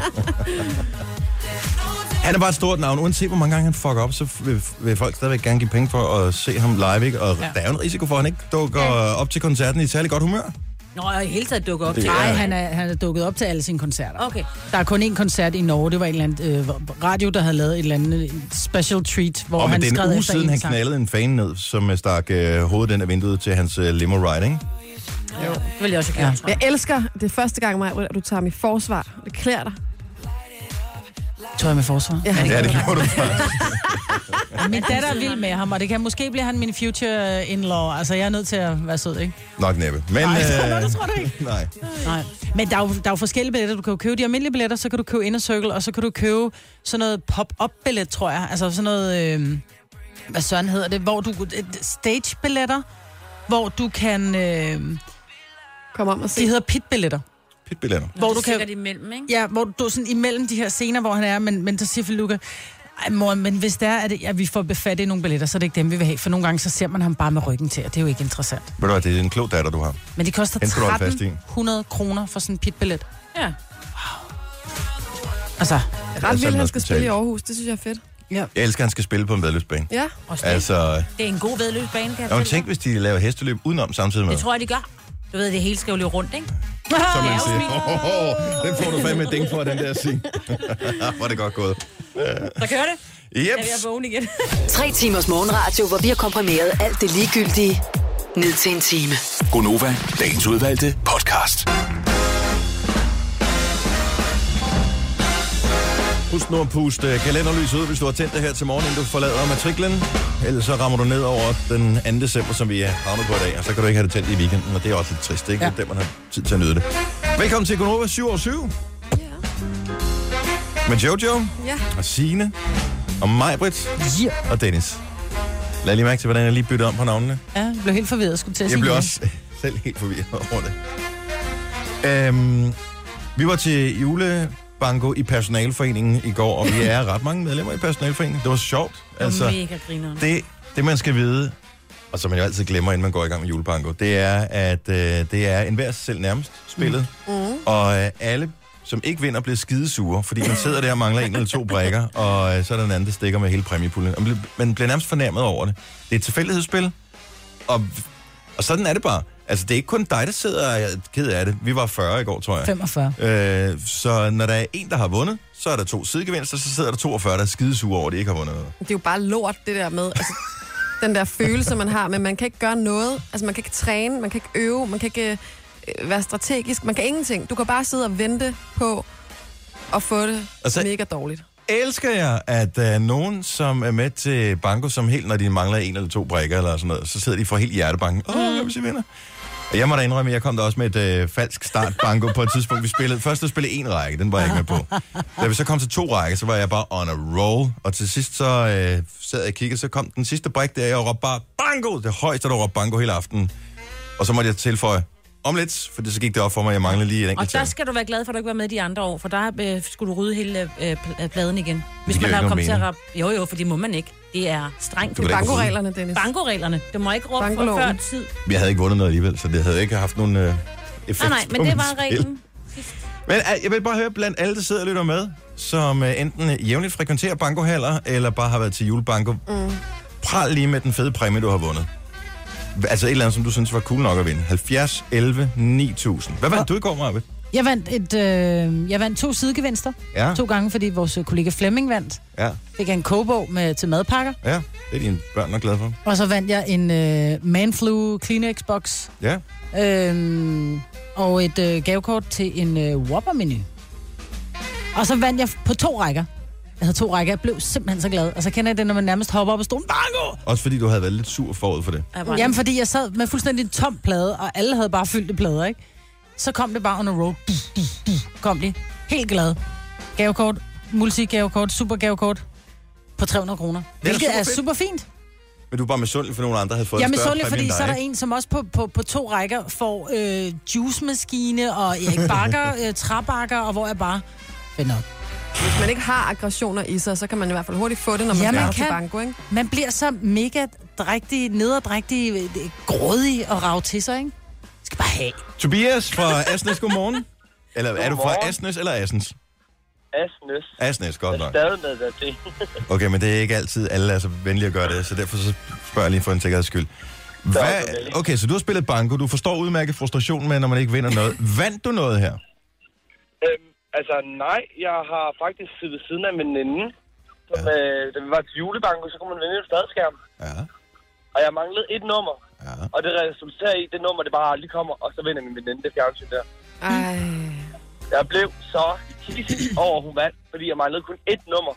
[SPEAKER 1] Han er bare et stort navn. Uanset hvor mange gange han fucker op, så vil, vil folk stadigvæk gerne give penge for at se ham live, ikke? Og ja. Der er jo en risiko for, at han ikke dukker ja. op til koncerten i et særligt godt humør.
[SPEAKER 3] Nå, og i hele taget dukker op
[SPEAKER 2] til... Nej, han er, han er dukket op til alle sine koncerter. Okay. Der er kun én koncert i Norge. Det var en eller anden øh, radio, der havde lavet et eller andet special treat, hvor og han skrev efter en sang. Og det er en uge siden, han knaldede en fan ned, som stak øh, hovedet ind af vinduet til hans øh, limo ride, ikke?
[SPEAKER 3] Jo, det vil jeg også gøre.
[SPEAKER 7] Ja. Jeg elsker det første gang, Maja, at du tager mit forsvar. Det klæder dig.
[SPEAKER 2] Tør jeg med forsvar?
[SPEAKER 7] Ja,
[SPEAKER 1] ja det gjorde du faktisk.
[SPEAKER 2] Min datter er vild med ham, og det kan måske blive han min future in-law. Altså, jeg er nødt til at være sød, ikke?
[SPEAKER 1] Nok næppe. Men,
[SPEAKER 2] nej,
[SPEAKER 1] øh...
[SPEAKER 2] det tror du ikke.
[SPEAKER 1] Nej.
[SPEAKER 2] Nej. Men der er, jo, der er jo forskellige billetter. Du kan jo købe de almindelige billetter, så kan du købe Inner Circle, og så kan du købe sådan noget pop-up-billet, tror jeg. Altså sådan noget, øh... hvad søren hedder det? Hvor du... Stage-billetter, hvor du kan... Øh...
[SPEAKER 7] Kom om og se.
[SPEAKER 2] De hedder pit-billetter.
[SPEAKER 1] Pitbilletter.
[SPEAKER 3] Hvor du kan imellem, ikke?
[SPEAKER 2] Ja, hvor du sådan imellem de her scener, hvor han er, men, men så siger Feluca, ej mor, men hvis det er, at, at vi får befattet i nogle billetter, så er det ikke dem, vi vil have. For nogle gange, så ser man ham bare med ryggen til, og det er jo ikke interessant.
[SPEAKER 1] Ved du hvad, det er en klog datter, du har.
[SPEAKER 2] Men det koster tretten hundrede kroner for sådan en pitbillet.
[SPEAKER 3] Ja. Wow.
[SPEAKER 2] Altså,
[SPEAKER 7] Ret vildt, han skal spille i Aarhus. Det synes jeg er fedt.
[SPEAKER 2] Ja.
[SPEAKER 1] Jeg elsker, at han skal spille på en væddeløbsbane.
[SPEAKER 7] Ja.
[SPEAKER 1] Altså,
[SPEAKER 3] Det er en god væddeløbsbane, kan jeg
[SPEAKER 1] jeg må
[SPEAKER 3] fortælle
[SPEAKER 1] tænke, hvis de laver hesteløb udenom samtidig med.
[SPEAKER 3] dig. Det tror jeg, de gør. Du ved, det hele skal jo løbe rundt, ikke?
[SPEAKER 1] Som man siger. Oh, oh, oh, den får du fandme et ding for, den der sig. Hvor er det godt gået.
[SPEAKER 3] Så kører det.
[SPEAKER 1] Yep.
[SPEAKER 3] Jeg er ved at vågne igen.
[SPEAKER 5] Tre timers morgenradio, hvor vi har komprimeret alt det ligegyldige ned til en time.
[SPEAKER 4] Gonova, dagens udvalgte podcast.
[SPEAKER 1] Husk nu at puste kalenderlyset ud, hvis du har tændt det her til morgen, inden du forlader matriklen. Ellers så rammer du ned over den anden december, som vi er havnet på i dag, og så kan du ikke have det tændt i weekenden, og det er også lidt trist, ikke? Ja. Det er der, man har tid til at nyde det. Velkommen til Gonova syv år syv.
[SPEAKER 7] Ja.
[SPEAKER 1] Med Jojo,
[SPEAKER 7] Ja.
[SPEAKER 1] og Signe, og Majbrit,
[SPEAKER 2] Ja.
[SPEAKER 1] og Dennis. Lad lige mærke til, hvordan jeg lige byttede om på navnene.
[SPEAKER 2] Ja, jeg blev helt forvirret, skulle til at
[SPEAKER 1] Jeg
[SPEAKER 2] sige.
[SPEAKER 1] blev
[SPEAKER 2] ja.
[SPEAKER 1] også selv helt forvirret over det. Øhm, vi var til julebanko i personalforeningen i går, og vi er ret mange medlemmer i personalforeningen. Det var sjovt.
[SPEAKER 3] Altså, mega grineren.
[SPEAKER 1] det, det man skal vide, og som man jo altid glemmer, inden man går i gang med julebanko, det er, at øh, det er en hver sig selv nærmest spillet. Mm. Og øh, alle, som ikke vinder, bliver skidesure, fordi man sidder der og mangler en eller to brækker, og øh, så er der en anden, der stikker med hele præmiepuljen. Og man bliver- man bliver nærmest fornærmet over det. Det er et tilfældighedsspil, og, og sådan er det bare. Altså, det er ikke kun dig, der sidder og er ked af det. Vi var fyrre i går, tror jeg.
[SPEAKER 2] femogfyrre.
[SPEAKER 1] Øh, så når der er en, der har vundet, så er der to sidegevinster, så sidder der toogfyrre, der er skidesure over, at de ikke har vundet noget.
[SPEAKER 7] Det er jo bare lort, det der med. Altså, den der følelse, man har, men man kan ikke gøre noget. Altså, man kan ikke træne, man kan ikke øve, man kan ikke øh, være strategisk. Man kan ingenting. Du kan bare sidde og vente på at få det
[SPEAKER 1] Altså-
[SPEAKER 7] mega dårligt.
[SPEAKER 1] Elsker jeg, at der er nogen, som er med til banko, som helt, når de mangler en eller to brækker eller sådan noget, så sidder de for helt hjertebanken. Åh, oh, hvis jeg vinder. Og jeg må da indrømme, at jeg kom der også med et øh, falsk start banko på et tidspunkt. Vi spillede, først der spillede en række, den var jeg ikke med på. Da vi så kom til to rækker, så var jeg bare on a roll. Og til sidst så øh, sad jeg og kiggede, så kom den sidste bræk der, og jeg råbte bare banko. Det højeste, der råbte banko hele aftenen. Og så måtte jeg tilføje om lidt, for det så gik det op for mig, at jeg manglede lige en enkelt
[SPEAKER 3] Og der
[SPEAKER 1] tal.
[SPEAKER 3] skal du være glad for, at du ikke var med de andre år, for der øh, skulle du rydde hele øh, pl- pladen igen. Hvis
[SPEAKER 1] giver
[SPEAKER 3] man har
[SPEAKER 1] ikke
[SPEAKER 3] kommet til at
[SPEAKER 1] nogen
[SPEAKER 3] rap... Jo, jo, for det må man ikke. Det er strengt.
[SPEAKER 1] Du kan da ikke
[SPEAKER 7] Bankoreglerne, Dennis.
[SPEAKER 3] Bankoreglerne. Du må ikke råbe for
[SPEAKER 7] Bankoloven.
[SPEAKER 3] før tid.
[SPEAKER 1] Jeg havde ikke vundet noget alligevel, så det havde ikke haft nogen øh, effekt
[SPEAKER 3] Nej, nej, men
[SPEAKER 1] på
[SPEAKER 3] det
[SPEAKER 1] mit
[SPEAKER 3] var
[SPEAKER 1] spil.
[SPEAKER 3] reglen.
[SPEAKER 1] Men øh, jeg vil bare høre blandt alle, der sidder og lytter med, som øh, enten jævnligt frekventerer bankohaller, eller bare har været til julebanko. Mm. Pral lige med den fede præmie, du har vundet. Altså et eller andet, som du synes var cool nok at vinde. halvfjerds elleve ni tusind. Hvad vandt du i går, Marvitt?
[SPEAKER 2] Jeg vandt, et, øh, jeg vandt to sidegevinster.
[SPEAKER 1] Ja.
[SPEAKER 2] To gange, fordi vores kollega Flemming vandt.
[SPEAKER 1] Ja,
[SPEAKER 2] Fik jeg en kogebog med, til madpakker.
[SPEAKER 1] ja. Det er dine børn nok glade for.
[SPEAKER 2] Og så vandt jeg en øh, Manflu Kleenex-box.
[SPEAKER 1] Ja.
[SPEAKER 2] Øhm, og et øh, gavekort til en øh, Whopper-menu. Og så vandt jeg på to rækker. Jeg havde to rækker. Jeg blev simpelthen så glad. Og så kender jeg det, når man nærmest hopper op og stolen. Bango!
[SPEAKER 1] Også fordi du havde været lidt sur forud for det.
[SPEAKER 2] Jamen, fordi jeg sad med fuldstændig en tom plade, og alle havde bare fyldte plader, ikke? Så kom det bare on a roll. Kom de. Helt glad. Gavekort, multigavekort, supergavekort på tre hundrede kroner. Hvilket
[SPEAKER 1] super
[SPEAKER 2] er
[SPEAKER 1] fedt.
[SPEAKER 2] super fint.
[SPEAKER 1] Men du er bare misundelig, for nogle andre havde fået
[SPEAKER 2] Jeg er
[SPEAKER 1] en større
[SPEAKER 2] misundelig,
[SPEAKER 1] præmie
[SPEAKER 2] fordi
[SPEAKER 1] end
[SPEAKER 2] så er der
[SPEAKER 1] dig,
[SPEAKER 2] en, som også på, på, på to rækker får øh, juicemaskine og Erik Bakker, øh, træbakker, og hvor jeg bare... Fedt nok.
[SPEAKER 7] Hvis man ikke har aggressioner i sig, så kan man i hvert fald hurtigt få det, når man
[SPEAKER 2] Ja,
[SPEAKER 7] ja,
[SPEAKER 2] man
[SPEAKER 7] skal til
[SPEAKER 2] kan.
[SPEAKER 7] banko, ikke?
[SPEAKER 2] Man bliver så mega drægtig, nederdrægtig, øh, grådig og rav til sig, ikke? Skal bare have.
[SPEAKER 1] Tobias fra Asnes, godmorgen. Eller er du fra
[SPEAKER 8] Godmorgen.
[SPEAKER 1] Asnes eller Assens?
[SPEAKER 8] Asnes.
[SPEAKER 1] Asnes, godt nok.
[SPEAKER 8] Stadig med der til.
[SPEAKER 1] Okay, men det er ikke altid alle er så venlige at gøre det, så derfor så spørger jeg lige for en sikkerheds skyld. Hvad? Okay, så du har spillet banko. Du forstår udmærket frustrationen med, når man ikke vinder noget. Vandt du noget her?
[SPEAKER 8] Øhm, altså, nej. Jeg har faktisk siddet ved siden af min veninde. Som,
[SPEAKER 1] Ja.
[SPEAKER 8] øh, da vi var til julebanko, så kunne man vinde en fladskærm.
[SPEAKER 1] Ja.
[SPEAKER 8] Og jeg manglede et nummer.
[SPEAKER 1] Ja.
[SPEAKER 8] Og det resulterer i, det nummer, det bare aldrig kommer. Og så vinder min veninde det fjernsyn der.
[SPEAKER 7] Ej.
[SPEAKER 8] Jeg blev så kissig over, at hun vandt. Fordi jeg manglede kun et nummer.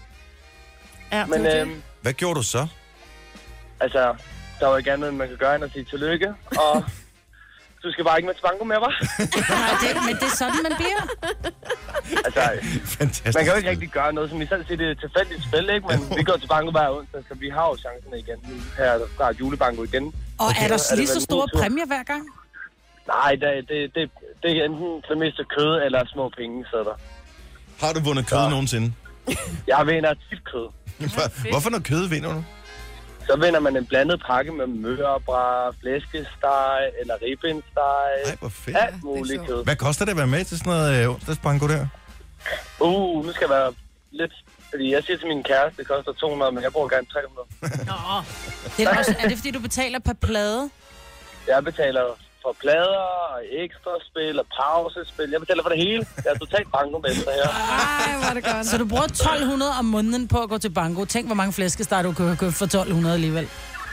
[SPEAKER 3] Ja,
[SPEAKER 8] Men øhm,
[SPEAKER 1] Hvad gjorde du så?
[SPEAKER 8] altså, der var ikke andet, end man kan gøre, end at sige tillykke. Og du skal bare ikke med til banko mere, hva'?
[SPEAKER 2] Nej, det, men det er sådan, man bliver.
[SPEAKER 8] Altså,
[SPEAKER 1] Fantastisk.
[SPEAKER 8] man kan jo ikke rigtig gøre noget, som I selv siger, det er et tilfældigt spil, ikke? Men vi går til banko hver onsdag, så vi har jo chancen igen. Nu her er der snart julebanko igen.
[SPEAKER 2] Og okay, er der
[SPEAKER 8] er
[SPEAKER 2] lige
[SPEAKER 8] det
[SPEAKER 2] så
[SPEAKER 8] vel
[SPEAKER 2] store
[SPEAKER 8] min tur?
[SPEAKER 2] præmier hver gang?
[SPEAKER 8] Nej, det, det, det, det er enten det meste kød eller små penge, så der.
[SPEAKER 1] Har du vundet kød
[SPEAKER 8] Ja.
[SPEAKER 1] nogensinde?
[SPEAKER 8] Jeg vinder tit kød.
[SPEAKER 1] Hvorfor noget kød vinder du?
[SPEAKER 8] Så vinder man en blandet pakke med mørbræd, flæskesteg eller ribbensteg.
[SPEAKER 1] Ej, hvor fedt.
[SPEAKER 8] Alt muligt kød.
[SPEAKER 1] Hvad koster det at være med til sådan noget øh, onsdagsbanko der?
[SPEAKER 8] Uh, nu skal jeg være lidt. Fordi jeg siger til min kæreste, det koster to hundrede, men jeg bruger gerne tre hundrede.
[SPEAKER 2] Nå, det er, også, er det fordi, du betaler per plade?
[SPEAKER 8] Jeg betaler for plader og ekstra spil og pausespil. Jeg betaler for det hele. Jeg er totalt bankomester her.
[SPEAKER 7] Ej, hvor er det godt.
[SPEAKER 2] Så du bruger tolv hundrede om måneden på at gå til banko. Tænk, hvor mange flæskesteg du kan købe for tolv hundrede alligevel.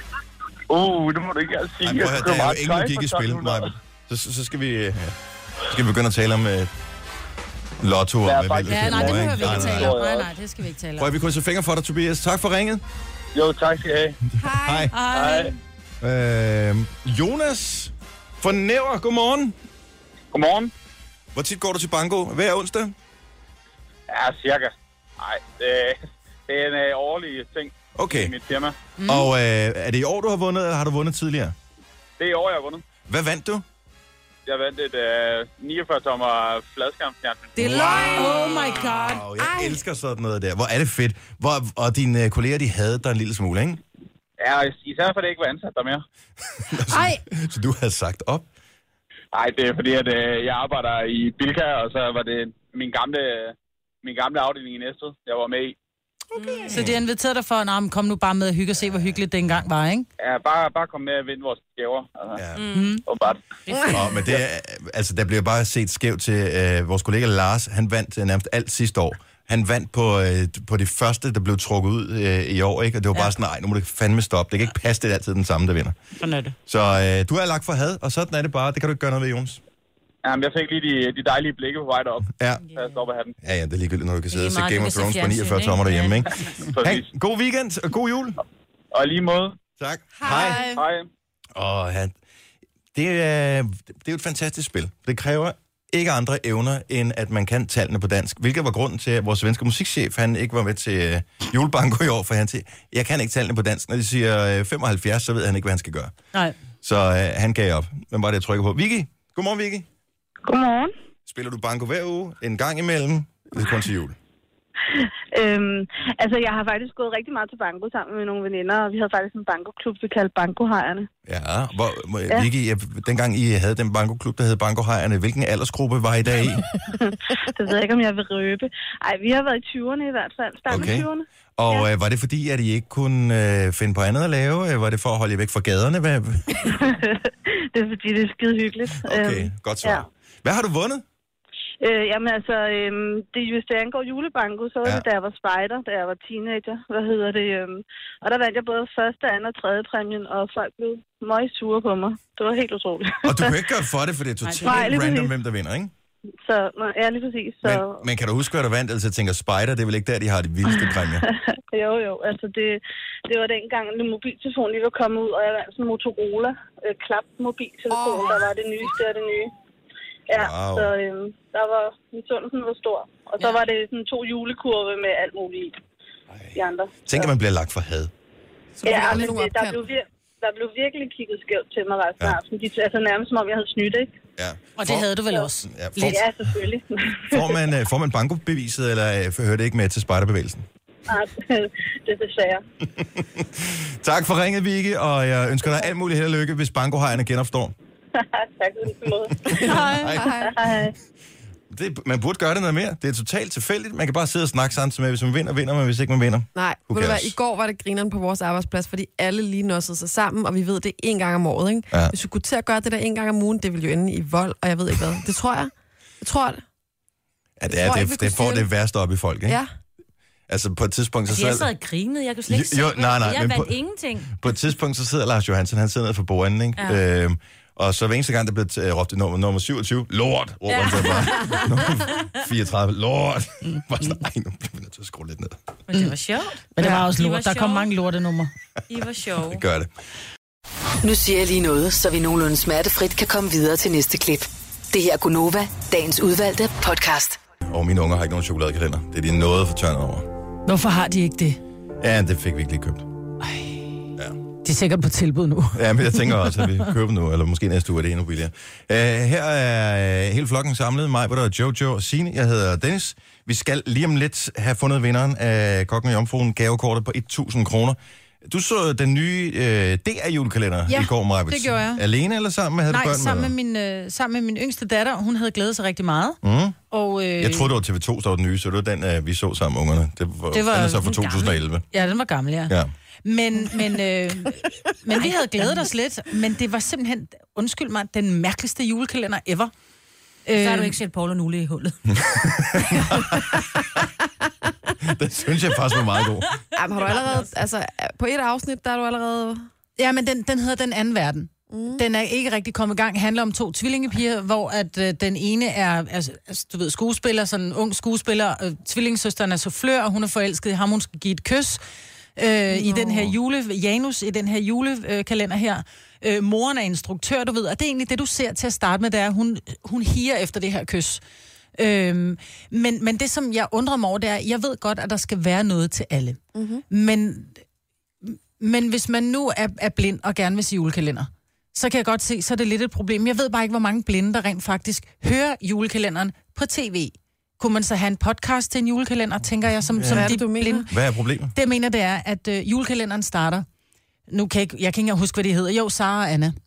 [SPEAKER 8] Uh, det må du ikke altid sige.
[SPEAKER 1] Ej, prøv, at, der er jo ingen logik i spil, Maja. Så, så, så, skal vi, ja, så skal vi begynde at tale om uh, lotto.
[SPEAKER 8] Ja,
[SPEAKER 1] og hvad vi
[SPEAKER 2] Ja, nej, det behøver vi ikke
[SPEAKER 1] nej,
[SPEAKER 2] tale om. Nej, nej, det skal vi ikke tale om.
[SPEAKER 1] Prøv, vi krydser fingre for dig, Tobias. Tak for ringet.
[SPEAKER 8] Jo, tak skal I have.
[SPEAKER 7] Hej.
[SPEAKER 1] Hej.
[SPEAKER 8] Hej.
[SPEAKER 1] Øh, Jonas fra Næver, godmorgen.
[SPEAKER 8] Godmorgen.
[SPEAKER 1] Hvor tit går du til banko? Hver onsdag?
[SPEAKER 8] Ja, cirka. Nej, det, det er en øh, årlig ting
[SPEAKER 1] Okay.
[SPEAKER 8] i mit firma.
[SPEAKER 1] Mm. Og øh, er det i år, du har vundet, eller har du vundet tidligere?
[SPEAKER 8] Det er i år, jeg har vundet.
[SPEAKER 1] Hvad vandt du?
[SPEAKER 8] Jeg vandt et øh, niogfyrre tommer fladskærmsfjernsyn.
[SPEAKER 7] Det er løgn.
[SPEAKER 2] Oh my god.
[SPEAKER 1] Wow, jeg
[SPEAKER 7] Ej.
[SPEAKER 1] elsker sådan noget der. Hvor er det fedt. Hvor, og dine øh, kolleger, de havde dig en lille smule, ikke?
[SPEAKER 8] Ja, især for det ikke var ansat der mere.
[SPEAKER 7] Ej.
[SPEAKER 1] Så du havde sagt op?
[SPEAKER 8] Nej, det er fordi, at øh, jeg arbejder i Bilka, og så var det min gamle, min gamle afdeling i Næstved, jeg var med i.
[SPEAKER 2] Okay. Så de har inviteret dig for, at kom nu bare med at hygge og se, hvor hyggeligt det engang var, ikke?
[SPEAKER 8] Ja, bare, bare kom med og vinde vores gaver. Altså.
[SPEAKER 1] Ja.
[SPEAKER 2] Mm.
[SPEAKER 8] Og bare.
[SPEAKER 1] Oh, men det er, altså, der bliver bare set skævt til øh, vores kollega Lars. Han vandt øh, nærmest alt sidste år. Han vandt på, øh, på det første, der blev trukket ud øh, i år, ikke? Og det var ja. bare sådan, nej, nu må det fandme stoppe. Det kan ikke passe, det er altid den samme, der vinder.
[SPEAKER 2] Sådan er det.
[SPEAKER 1] Så øh, du er lagt for had, og sådan er det bare. Det kan du ikke gøre noget ved, Jonas.
[SPEAKER 8] Jamen, jeg fik lige de, de dejlige blikke på vej derop.
[SPEAKER 1] Ja.
[SPEAKER 8] Så jeg stopper hatten.
[SPEAKER 1] Ja, ja, det er ligegyldigt, når du kan sidde og se
[SPEAKER 2] meget,
[SPEAKER 1] Game
[SPEAKER 2] du
[SPEAKER 1] of
[SPEAKER 2] kan se
[SPEAKER 1] Thrones på
[SPEAKER 2] fjernsyn,
[SPEAKER 1] niogfyrre
[SPEAKER 2] ikke?
[SPEAKER 1] tommer derhjemme, ikke?
[SPEAKER 8] Præcis.
[SPEAKER 1] Hey, god weekend, og god jul.
[SPEAKER 8] Og lige måde.
[SPEAKER 1] Tak.
[SPEAKER 7] Hej.
[SPEAKER 8] Hej.
[SPEAKER 1] Og han, det, er, det er jo et fantastisk spil. Det kræver ikke andre evner, end at man kan tallene på dansk. Hvilket var grunden til, at vores svenske musikchef, han ikke var med til uh, julebanko i år, for han til, jeg kan ikke tallene på dansk. Når de siger uh, femoghalvfjerds, så ved han ikke, hvad han skal gøre.
[SPEAKER 2] Nej.
[SPEAKER 1] Så uh, han gav op. Hvem var det, jeg trykker på? Vicky? Godmorgen, Vicky.
[SPEAKER 9] Godmorgen.
[SPEAKER 1] Spiller du banko hver uge? En gang imellem? Eller kun til jul?
[SPEAKER 9] Øhm, altså, jeg har faktisk gået rigtig meget til banko sammen med nogle veninder, og vi havde faktisk en bankoklub, vi kaldte Bankohejerne.
[SPEAKER 1] Ja, hvor, ja. Vicky, jeg, dengang I havde den bankoklub, der hed Bankohejerne, hvilken aldersgruppe var I der i?
[SPEAKER 9] Det ved jeg ikke, om jeg vil røbe. Ej, vi har været i tyverne i hvert fald. Starten
[SPEAKER 1] Okay.
[SPEAKER 9] af tyverne.
[SPEAKER 1] Og
[SPEAKER 9] Ja.
[SPEAKER 1] øh, var det fordi, at I ikke kunne øh, finde på andet at lave? Øh, Var det for at holde jer væk fra gaderne? Hvad?
[SPEAKER 9] Det er fordi, det er skide hyggeligt.
[SPEAKER 1] Okay,
[SPEAKER 9] Øhm,
[SPEAKER 1] godt svar.
[SPEAKER 9] ja.
[SPEAKER 1] Hvad har du vundet?
[SPEAKER 9] Øh, jamen altså, øhm, det, hvis det angår julebanko, så var
[SPEAKER 1] Ja.
[SPEAKER 9] det, da jeg var spejder, da jeg var teenager. Hvad hedder det? Øhm, og der vandt jeg både første, anden og tredje præmien, og folk blev meget sure på mig. Det var helt utroligt.
[SPEAKER 1] Og du kan ikke gøre for det, for det er totalt
[SPEAKER 9] Nej, lige
[SPEAKER 1] random,
[SPEAKER 9] præcis.
[SPEAKER 1] hvem der vinder, ikke?
[SPEAKER 9] Så, nå, ja, lige præcis. Så,
[SPEAKER 1] Men, men kan du huske, hvad du vandt? Altså, jeg tænker, Spider, det er vel ikke der, de har de vildeste præmier?
[SPEAKER 9] jo, jo. Altså, det, det var dengang, en mobiltelefon lige var kommet ud, og jeg vandt sådan en Motorola øh, klap-mobiltelefon, oh. der var det nyeste af det nye. Ja,
[SPEAKER 1] Wow.
[SPEAKER 9] så øhm, der var, misundelsen var stor. Og så ja. var det sådan to julekurve med alt muligt i de andre.
[SPEAKER 1] Tænk, at man bliver lagt for had.
[SPEAKER 9] Ja, men det, der, blev vir- der blev virkelig kigget skævt til mig resten af
[SPEAKER 1] Ja.
[SPEAKER 9] aftenen. De, altså nærmest som om, jeg havde snydt, ikke?
[SPEAKER 1] Ja.
[SPEAKER 2] Og det havde du vel også?
[SPEAKER 1] Ja, får,
[SPEAKER 9] Ja, selvfølgelig.
[SPEAKER 1] får, man, øh, får man bankobeviset, eller øh, hører det ikke med til spejderbevægelsen?
[SPEAKER 9] Nej, det er desværre.
[SPEAKER 1] Tak for ringet, Vicky, og jeg ønsker dig alt muligt held og lykke, hvis bankohejerne genopstår.
[SPEAKER 9] Tak for det måde.
[SPEAKER 2] Hej.
[SPEAKER 7] Hej.
[SPEAKER 9] Hej.
[SPEAKER 1] Det, man burde gøre det noget mere. Det er totalt tilfældigt. Man kan bare sidde og snakke samtidig med, hvis man vinder, vinder man, hvis ikke man vinder.
[SPEAKER 7] Nej,
[SPEAKER 1] Who
[SPEAKER 7] ved du hvad,
[SPEAKER 1] cares?
[SPEAKER 7] i går var det grineren på vores arbejdsplads, fordi alle lige nossede sig sammen, og vi ved det en gang om året, ikke?
[SPEAKER 1] Ja.
[SPEAKER 7] Hvis vi kunne til at gøre det der en gang om ugen, det ville jo ende i vold, og jeg ved ikke hvad. Det tror jeg. Jeg tror det.
[SPEAKER 1] Ja, det,
[SPEAKER 7] Jeg
[SPEAKER 1] er,
[SPEAKER 7] tror
[SPEAKER 1] det,
[SPEAKER 7] ikke, vi
[SPEAKER 1] det,
[SPEAKER 7] kunne
[SPEAKER 1] det får
[SPEAKER 7] styre
[SPEAKER 1] det værste op i folk, ikke?
[SPEAKER 7] Ja.
[SPEAKER 1] Altså på et tidspunkt, så
[SPEAKER 3] Altså, jeg sad
[SPEAKER 1] sidder...
[SPEAKER 3] og grinede. Jeg kunne slet ikke
[SPEAKER 1] Jo,
[SPEAKER 3] se
[SPEAKER 1] jo, nej, nej,
[SPEAKER 3] Jeg
[SPEAKER 1] men
[SPEAKER 3] vandt
[SPEAKER 1] på-
[SPEAKER 3] ingenting.
[SPEAKER 1] På et tidspunkt, så sidder Lars Johansen, han sidder nede for bordenden, ikke? Ja. Øhm, og så hver eneste gang, der blev uh, råbt nummer, nummer syvogtyve, lort, råber ja. han så bare. Nummer fireogtredive, lort. Bare sådan, ej, nu bliver vi nødt til at skrue lidt ned.
[SPEAKER 3] Men det var sjovt.
[SPEAKER 2] Men det var også
[SPEAKER 3] De var
[SPEAKER 2] lort. Der kom
[SPEAKER 3] sjove.
[SPEAKER 2] mange lortenumre.
[SPEAKER 3] I var sjove.
[SPEAKER 1] Det gør det.
[SPEAKER 5] Nu siger jeg lige noget, så vi nogenlunde smertefrit kan komme videre til næste klip. Det her er Gunova, dagens udvalgte podcast.
[SPEAKER 1] Og mine unger har ikke nogen chokoladekalender. Det er de noget for tørnet over.
[SPEAKER 2] Hvorfor har de ikke det?
[SPEAKER 1] Ja, det fik vi ikke lige købt.
[SPEAKER 2] De er sikkert på tilbud nu.
[SPEAKER 1] Ja, men jeg tænker også, at vi køber nu, eller måske næste uge er det endnu billigere. Uh, her er uh, hele flokken samlet. Mig, hvor der er Jojo og Signe. Jeg hedder Dennis. Vi skal lige om lidt have fundet vinderen af Kokken og Jomfruen gavekortet på tusind kroner. Du så den nye uh, D R-julekalender
[SPEAKER 2] Ja,
[SPEAKER 1] i går, Marvitt.
[SPEAKER 2] det gjorde jeg.
[SPEAKER 1] Alene eller sammen med? Havde du
[SPEAKER 2] Nej,
[SPEAKER 1] børn
[SPEAKER 2] sammen
[SPEAKER 1] med?
[SPEAKER 2] med, min, øh, sammen med min yngste datter. Hun havde glædet sig rigtig meget.
[SPEAKER 1] Mm.
[SPEAKER 2] Og, øh,
[SPEAKER 1] Jeg troede, det var T V to, der var den nye, så det var den, øh, vi så sammen med ungerne. Det var,
[SPEAKER 2] Det var
[SPEAKER 1] den er så fra
[SPEAKER 2] den
[SPEAKER 1] to tusind og elleve.
[SPEAKER 2] Ja, den var gammel, ja.
[SPEAKER 1] Ja.
[SPEAKER 2] Men, men, øh, men vi havde glædet os lidt, men det var simpelthen, undskyld mig, den mærkeligste julekalender ever.
[SPEAKER 3] Så har du ikke set Paul og Nulle i hullet.
[SPEAKER 1] Det synes jeg faktisk var meget god.
[SPEAKER 7] Jamen, har du allerede, altså, på et afsnit, der er du allerede...
[SPEAKER 2] Ja, men den, den hedder Den Anden Verden. Mm. Den er ikke rigtig kommet i gang. Det handler om to tvillingepiger, hvor at, øh, den ene er, altså, altså, du ved, skuespiller, sådan en ung skuespiller. Øh, tvillingesøsteren er soufflør, og hun er forelsket i ham, hun skal give et kys. Øh, i den her jule, Janus, i den her julekalender her. Øh, moren er instruktør, du ved, og det er egentlig det, du ser til at starte med, det er, hun, hun higer efter det her kys. Øhm, men, men det, som jeg undrer mig over, det er, jeg ved godt, at der skal være noget til alle. Mm-hmm. Men, men hvis man nu er, er blind og gerne vil se julekalender, så kan jeg godt se, så er det lidt et problem. Jeg ved bare ikke, hvor mange blinde, der rent faktisk hører julekalenderen på tv. Kunne man så have en podcast til en julekalender, tænker jeg, som, ja, som de blinde?
[SPEAKER 1] Hvad er problemet?
[SPEAKER 2] Det mener det er, at øh, julekalenderen starter. Nu kan jeg, jeg kan ikke huske, hvad det hedder. Jo, Sara og Anna.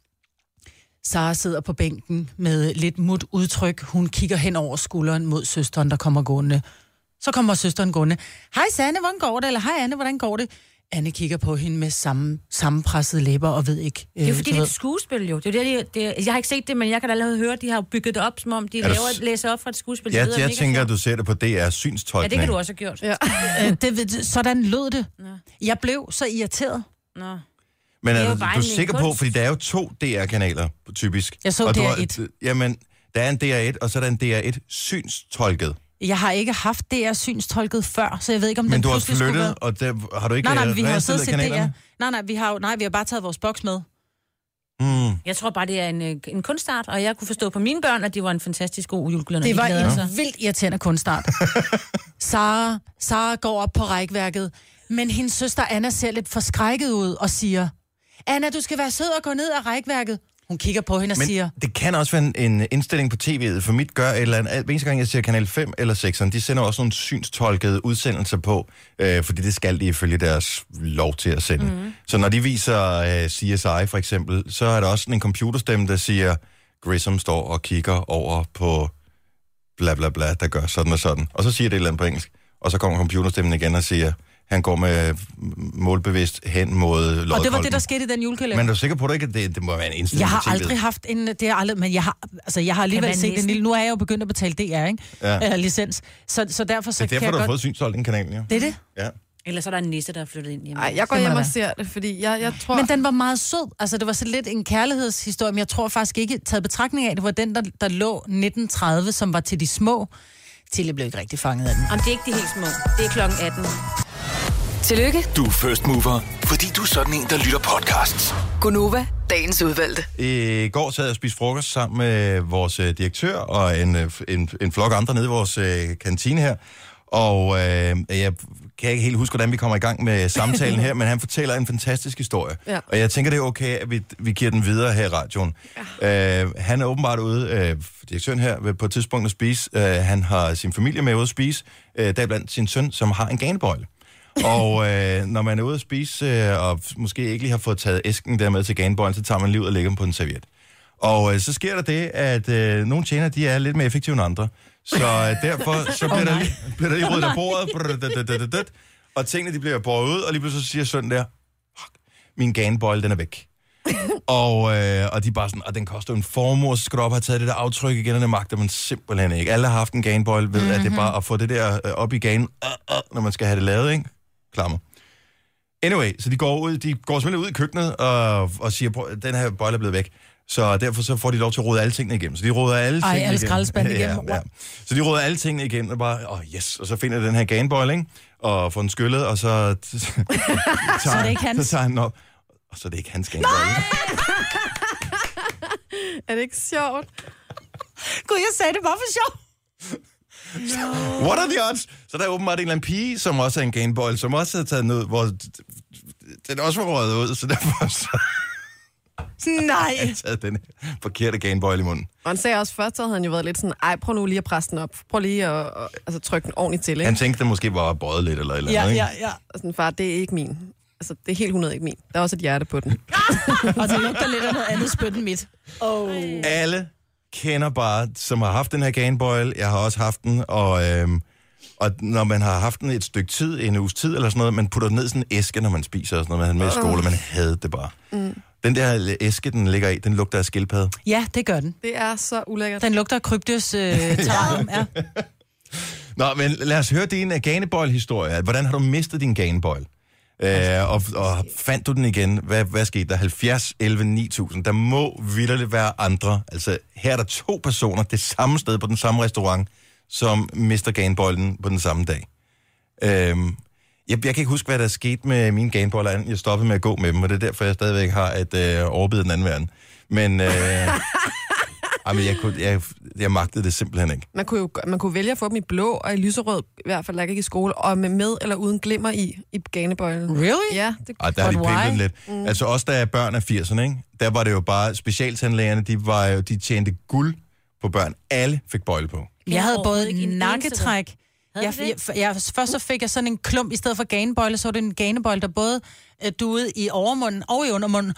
[SPEAKER 2] Sara sidder på bænken med lidt mut udtryk. Hun kigger hen over skulderen mod søsteren, der kommer gående. Så kommer søsteren gående. Hej Sanne, hvordan går det? Eller hej Anne, hvordan går det? Anne kigger på hende med samme, sammenpressede læber og ved ikke...
[SPEAKER 3] Det er jo fordi, det er et skuespil jo. Det er det, det, jeg har ikke set det, men jeg kan da allerede høre, at de har bygget det op, som om de laver, s- læser op fra et skuespil.
[SPEAKER 1] Ja,
[SPEAKER 3] jeg, ved,
[SPEAKER 1] jeg
[SPEAKER 3] jeg
[SPEAKER 1] tænker, at du ser det på D R synstolkning.
[SPEAKER 3] Ja, det kan du også have gjort. Ja.
[SPEAKER 2] øh, det, sådan lød det. Nå. Jeg blev så irriteret.
[SPEAKER 3] Nå.
[SPEAKER 1] Men er du, du er sikker på, fordi der er jo to D R-kanaler, typisk.
[SPEAKER 2] Jeg så
[SPEAKER 1] og
[SPEAKER 2] D R
[SPEAKER 1] har,
[SPEAKER 2] et.
[SPEAKER 1] Jamen, der er en D R et, og så er der en D R et synstolket.
[SPEAKER 2] Jeg har ikke haft D R synstolket før, så jeg ved ikke, om
[SPEAKER 1] Men
[SPEAKER 2] den
[SPEAKER 1] du har
[SPEAKER 2] pludselig skulle
[SPEAKER 1] flyttet,
[SPEAKER 2] være...
[SPEAKER 1] og der, har du ikke
[SPEAKER 2] Nej, nej, vi har siddet
[SPEAKER 1] reastillet
[SPEAKER 2] set D R.
[SPEAKER 1] kanalerne?
[SPEAKER 2] Nej, nej, vi har jo, nej, vi har bare taget vores boks med.
[SPEAKER 1] Mm.
[SPEAKER 3] Jeg tror bare, det er en, en kunstart, og jeg kunne forstå på mine børn, at det var en fantastisk god julekalender.
[SPEAKER 2] Det var
[SPEAKER 3] en
[SPEAKER 2] en vildt irriterende kunstart. Sara, Sara går op på rækværket, men hendes søster Anna ser lidt forskrækket ud og siger, Anna, du skal være sød og gå ned af rækværket. Hun kigger på hende og
[SPEAKER 1] Men
[SPEAKER 2] siger...
[SPEAKER 1] det kan også være en, en indstilling på tv'et, for mit gør et eller andet. Hver eneste gang, jeg ser Kanal fem eller sekseren, de sender også nogle synstolkede udsendelser på, øh, fordi det skal de ifølge deres lov til at sende. Mm-hmm. Så når de viser øh, C S I for eksempel, så er der også en computerstemme, der siger, Grissom står og kigger over på bla bla bla, der gør sådan og sådan. Og så siger det et eller andet på engelsk. Og så kommer computerstemmen igen og siger... Han går med målbevidst hen mod lodkolben.
[SPEAKER 2] Og det var det, der skete i den julekalender.
[SPEAKER 1] Men er du sikker på, at det, det, det må være en indstilling?
[SPEAKER 2] Jeg har aldrig haft en... Det er aldrig, men jeg har, altså, jeg har alligevel set en lille... Nu er jeg jo begyndt at betale D R, ikke?
[SPEAKER 1] Ja.
[SPEAKER 2] Uh, licens. Så, så derfor så
[SPEAKER 1] det er derfor,
[SPEAKER 2] kan jeg
[SPEAKER 1] du har
[SPEAKER 2] godt...
[SPEAKER 1] fået synstolkning-kanalen, ja.
[SPEAKER 2] Det er det?
[SPEAKER 1] Ja.
[SPEAKER 3] Ellers er der en nisse, der er flyttet ind hjemme.
[SPEAKER 7] Nej, jeg går hjem og ser det, fordi jeg, jeg tror...
[SPEAKER 2] Men den var meget sød. Altså, det var så lidt en kærlighedshistorie, men jeg tror faktisk ikke, taget betragtning af, det var den, der, der lå nitten tredive, som var til de små. Tilly blev ikke rigtig fanget af den.
[SPEAKER 3] Jamen, det er ikke de helt små. Det er klokken atten.
[SPEAKER 5] Tillykke.
[SPEAKER 4] Du er first mover, fordi du er sådan en, der lytter podcasts.
[SPEAKER 5] Gunova, dagens udvalgte.
[SPEAKER 1] I går sad jeg og spiste frokost sammen med vores øh, direktør og en, øh, en, en flok andre nede i vores øh, kantine her. Og øh, jeg kan ikke helt huske, hvordan vi kommer i gang med samtalen her, men han fortæller en fantastisk historie.
[SPEAKER 7] Ja.
[SPEAKER 1] Og jeg tænker, det er okay, at vi, vi giver den videre her i radioen. Ja. Øh, han er åbenbart ude, øh, direktøren her, på et tidspunkt at spise. Øh, han har sin familie med ude at spise, øh, deriblandt sin søn, som har en ganebøjle. Og øh, når man er ude at spise, øh, og måske ikke lige har fået taget æsken dermed til ganebøjlen, så tager man lige ud og lægger dem på en serviet. Og øh, så sker der det, at øh, nogle tjener, de er lidt mere effektive end andre. Så øh, derfor så bliver, oh, der lige, bliver der lige ryddet af bordet, og tingene de bliver båret ud, og lige pludselig så siger sønnen der, min ganebøjle, den er væk. og, øh, og de er bare sådan, og den koster en formue, så skal du op have taget det der aftryk igen, og det magter man simpelthen ikke. Alle har haft en ganebøjle, ved mm-hmm. at det er bare at få det der øh, op i ganen, øh, øh, når man skal have det lavet, ikke? Klammer. Anyway, så de går ud, de går simpelthen ud i køkkenet og, og siger, at den her bøjle er blevet væk. Så derfor så får de lov til at rode alle tingene igennem. Så de roder alle tingene
[SPEAKER 2] Ej,
[SPEAKER 1] igennem.
[SPEAKER 2] alle skraldespande igennem.
[SPEAKER 1] Ja, ja. Så de roder alle tingene igennem, og bare, åh oh, yes, og så finder de den her ganebøjle, ikke? Og får den skyllet, og så... T-
[SPEAKER 2] så er det ikke hans?
[SPEAKER 1] Så tager han den op, og så er det ikke hans ganebøjle.
[SPEAKER 7] Er det ikke sjovt?
[SPEAKER 2] Gud, jeg sagde det bare for sjov.
[SPEAKER 1] No. What are the odds? Så der er åbenbart en eller anden pige, som også er en ganebøjle, som også har taget den ud, hvor den også var røget ud, så derfor så...
[SPEAKER 2] Nej.
[SPEAKER 1] Jeg har taget den forkerte ganebøjle i munden.
[SPEAKER 7] Og han sagde også først, så havde han jo været lidt sådan, ej, prøv nu lige at presse den op. Prøv lige at, at altså, trykke den ordentligt til, ikke?
[SPEAKER 1] Han tænkte, det måske var bøjet lidt eller et eller
[SPEAKER 2] ja,
[SPEAKER 1] andet, ikke?
[SPEAKER 2] Ja, ja,
[SPEAKER 7] og sådan, far, det er ikke min. Altså, det er helt hundrede ikke min. Der er også et hjerte på den.
[SPEAKER 2] Og det lugter lidt af noget andet spyt end mit. Oh.
[SPEAKER 1] Alle kender bare, som har haft den her Gameboy. Jeg har også haft den, og, øhm, og når man har haft den et stykke tid, en uges tid eller sådan noget, man putter den ned i sådan en æske, når man spiser og sådan noget, man havde med i skole, og man havde det bare. Mm. Den der æske, den ligger i, den lugter af skildpadde.
[SPEAKER 2] Ja, det gør den.
[SPEAKER 7] Det er så ulækkert.
[SPEAKER 2] Den lugter af krybdyrs øh, terrarium, ja.
[SPEAKER 1] Nå, men lad os høre din uh, Ganeboy-historie. Hvordan har du mistet din Gameboy? Uh, og, og fandt du den igen? Hvad, hvad skete der? halvfjerds elleve ni tusind. Der må vitterligt være andre. Altså, her er der to personer det samme sted på den samme restaurant, som mister Gameboy'en på den samme dag. Uh, jeg, jeg kan ikke huske, hvad der skete med mine Gameboy. Jeg stoppede med at gå med dem, og det er derfor, jeg stadigvæk har et uh, overbid den anden verden. Men... Uh, Jamen, jeg, kunne, jeg, jeg magtede det simpelthen ikke.
[SPEAKER 7] Man kunne jo man kunne vælge at få dem i blå og i lyserød, i hvert fald, der ikke i skole, og med med eller uden glimmer i, i Ganebøjlen.
[SPEAKER 2] Really?
[SPEAKER 7] Ja. Det,
[SPEAKER 1] Ej, der har de pillet lidt. Mm. Altså også da jeg er børn af firserne, ikke? Der var det jo bare, specialtandlægerne, de, var jo, de tjente guld på børn. Alle fik bøjle på.
[SPEAKER 2] Jeg havde både nakketræk. Jeg, jeg, jeg, først så fik jeg sådan en klump, i stedet for ganebøjle, så var det en ganebøjle, der både uh, duede i overmunden og i undermunden.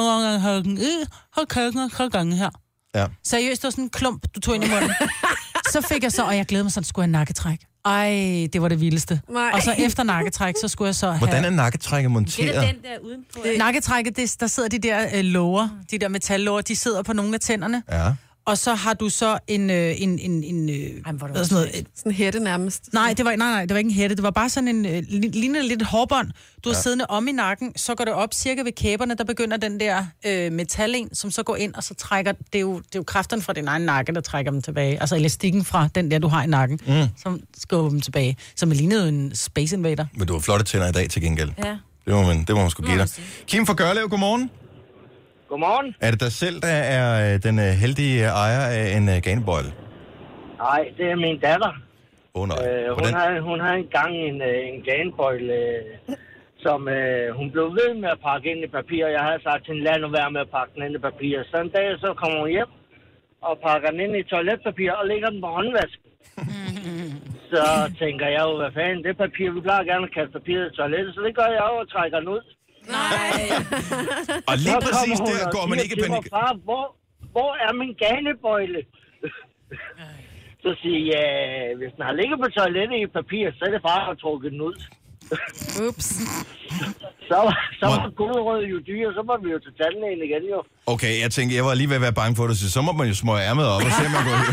[SPEAKER 2] Her.
[SPEAKER 1] Ja.
[SPEAKER 2] Seriøst, det var sådan en klump, du tog ind i munden. Så fik jeg så, og jeg glæder mig sådan, skulle jeg nakketræk. Ej, det var det vildeste. Nej. Og så efter nakketræk, så skulle jeg så have...
[SPEAKER 1] Hvordan er nakketrækket monteret?
[SPEAKER 3] Det er den der udenpå.
[SPEAKER 2] Det... Nakketrækket, det, der sidder de der øh, låger, de der metallåger, de sidder på nogle af tænderne.
[SPEAKER 1] Ja.
[SPEAKER 2] Og så har du så en... Øh, en, en, en øh,
[SPEAKER 3] Ej,
[SPEAKER 2] hvad sådan noget, et,
[SPEAKER 7] sådan en hætte nærmest.
[SPEAKER 2] Nej, det var, nej, nej, det var ikke en hætte. Det var bare sådan en... Øh, lignende lidt et hårbånd. Du har ja. siddende om i nakken, så går det op cirka ved kæberne, der begynder den der øh, metallen, som så går ind, og så trækker... Det er, jo, det er jo kræfterne fra din egen nakke, der trækker dem tilbage. Altså elastikken fra den der, du har i nakken, mm. som skubber dem tilbage. Så man lignede en Space Invader.
[SPEAKER 1] Men du har flotte tænder i dag til gengæld.
[SPEAKER 3] Ja.
[SPEAKER 1] Det må man, det må man sgu give dig. Kim fra Gørlev, godmorgen.
[SPEAKER 10] Godmorgen.
[SPEAKER 1] Er det dig selv, der er den uh, heldige ejer af en uh, Ganebøjle?
[SPEAKER 10] Nej, det er min datter.
[SPEAKER 1] Åh oh, nej.
[SPEAKER 10] Øh, hun, har, hun har engang en, en Ganebøjle, øh, som øh, hun blev ved med at pakke ind i papir. Jeg havde sagt til hende, lad nu være med at pakke den ind i papir. Så en dag, så kommer hun hjem og pakker den ind i toiletpapir og lægger den på håndvasken. Så tænker jeg jo, hvad fanden, det papir, vi plejer gerne at kaste papiret i toilettet, så det gør jeg jo og trækker den ud.
[SPEAKER 3] Nej.
[SPEAKER 1] Og lige præcis der går man ikke i panik.
[SPEAKER 10] Far, hvor, hvor er min Ganebøjle? Så siger jeg, ja, hvis den har ligget på toilettet i papir, så er det bare at trukke den ud.
[SPEAKER 7] Ups.
[SPEAKER 10] Så, så var gulerød jo dyre, så må vi jo til tandlægen igen jo.
[SPEAKER 1] Okay, jeg tænkte, jeg var lige ved at være bange for det, så så må man jo smøge ærmet op og se, om man går ud.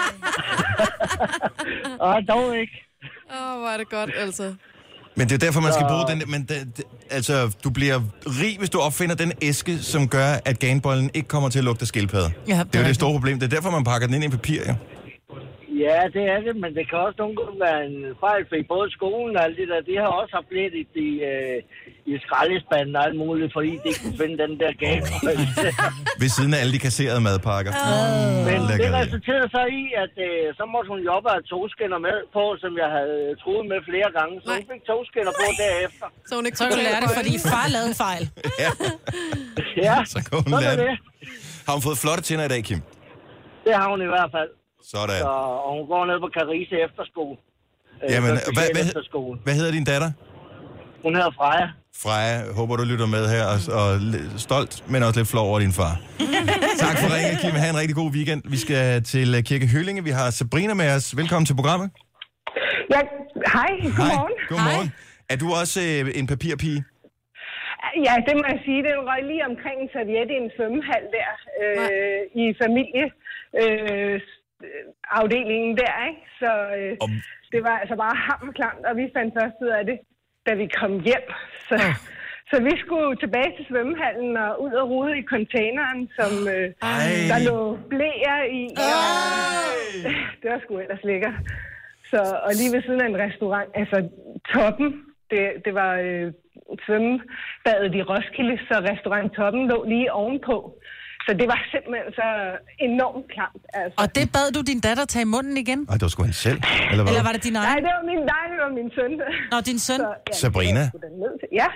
[SPEAKER 10] Åh, dog ikke.
[SPEAKER 7] Åh, oh, hvor er det godt, altså.
[SPEAKER 1] Men det er derfor, man skal bruge den. Men det, det, altså, du bliver rig, hvis du opfinder den æske, som gør, at Ganebøjlen ikke kommer til at lugte skildpadde. Ja, det, det er jo det store problem. Det er derfor, man pakker den ind i papir, ja.
[SPEAKER 10] Ja, det er det, men det kan også nogle gange være en fejl, for både skolen og alt det der, de har også haft lidt i, de, øh, i skraldespanden og alt muligt, fordi de ikke kunne finde den der Ganebøjle.
[SPEAKER 1] Ved siden af alle de kasserede madpakker.
[SPEAKER 10] Uh. Mm, men det resulterede så i, at øh, så måtte hun jobbe af togskinner med på, som jeg havde truet med flere gange. Så hun fik togskinner på derefter.
[SPEAKER 2] Så hun ikke så kunne lære det, fordi far lavede en fejl.
[SPEAKER 1] Ja,
[SPEAKER 10] ja,
[SPEAKER 1] så kan hun lære det. Har hun fået flotte tænder i dag, Kim?
[SPEAKER 10] Det har hun i hvert fald.
[SPEAKER 1] Sådan.
[SPEAKER 10] Så, og hun går ned på Carise Efterskole.
[SPEAKER 1] Jamen,
[SPEAKER 10] øh,
[SPEAKER 1] hvad, hvad, hvad hedder din datter?
[SPEAKER 10] Hun hedder Freja.
[SPEAKER 1] Freja, håber du lytter med her, og, og stolt, men også lidt flov over din far. Tak for ringen, Kim. Ha' en rigtig god weekend. Vi skal til Kirke Høllinge. Vi har Sabrina med os. Velkommen til programmet.
[SPEAKER 11] Ja, hej. Godmorgen.
[SPEAKER 1] Hej. Godmorgen. Hej. Er du også øh, en papirpige?
[SPEAKER 11] Ja, det må jeg sige. Det røg lige omkring en serviette i en svømmehal der, øh, i familie. Øh, afdelingen der, ikke? Så øh,
[SPEAKER 1] Om...
[SPEAKER 11] det var altså bare hammerklamt, og vi fandt først ud af det, da vi kom hjem. Så, oh. så vi skulle tilbage til svømmehallen og ud og rode i containeren, som øh, der lå blæer i. Og, det var sgu ellers lækker. Så, og lige ved siden af en restaurant, altså toppen, det, det var øh, svømmebadet i Roskilde, så restaurant Toppen lå lige ovenpå. Så det var simpelthen så enormt klamt. Altså.
[SPEAKER 2] Og det bad du din datter tage i munden igen?
[SPEAKER 1] Nej, det var sgu hende selv, eller hvad?
[SPEAKER 2] Eller var det din egen?
[SPEAKER 11] Nej, det var min, nej, det var min søn.
[SPEAKER 2] Nå, din søn? Så,
[SPEAKER 11] ja,
[SPEAKER 1] Sabrina?
[SPEAKER 11] Ja.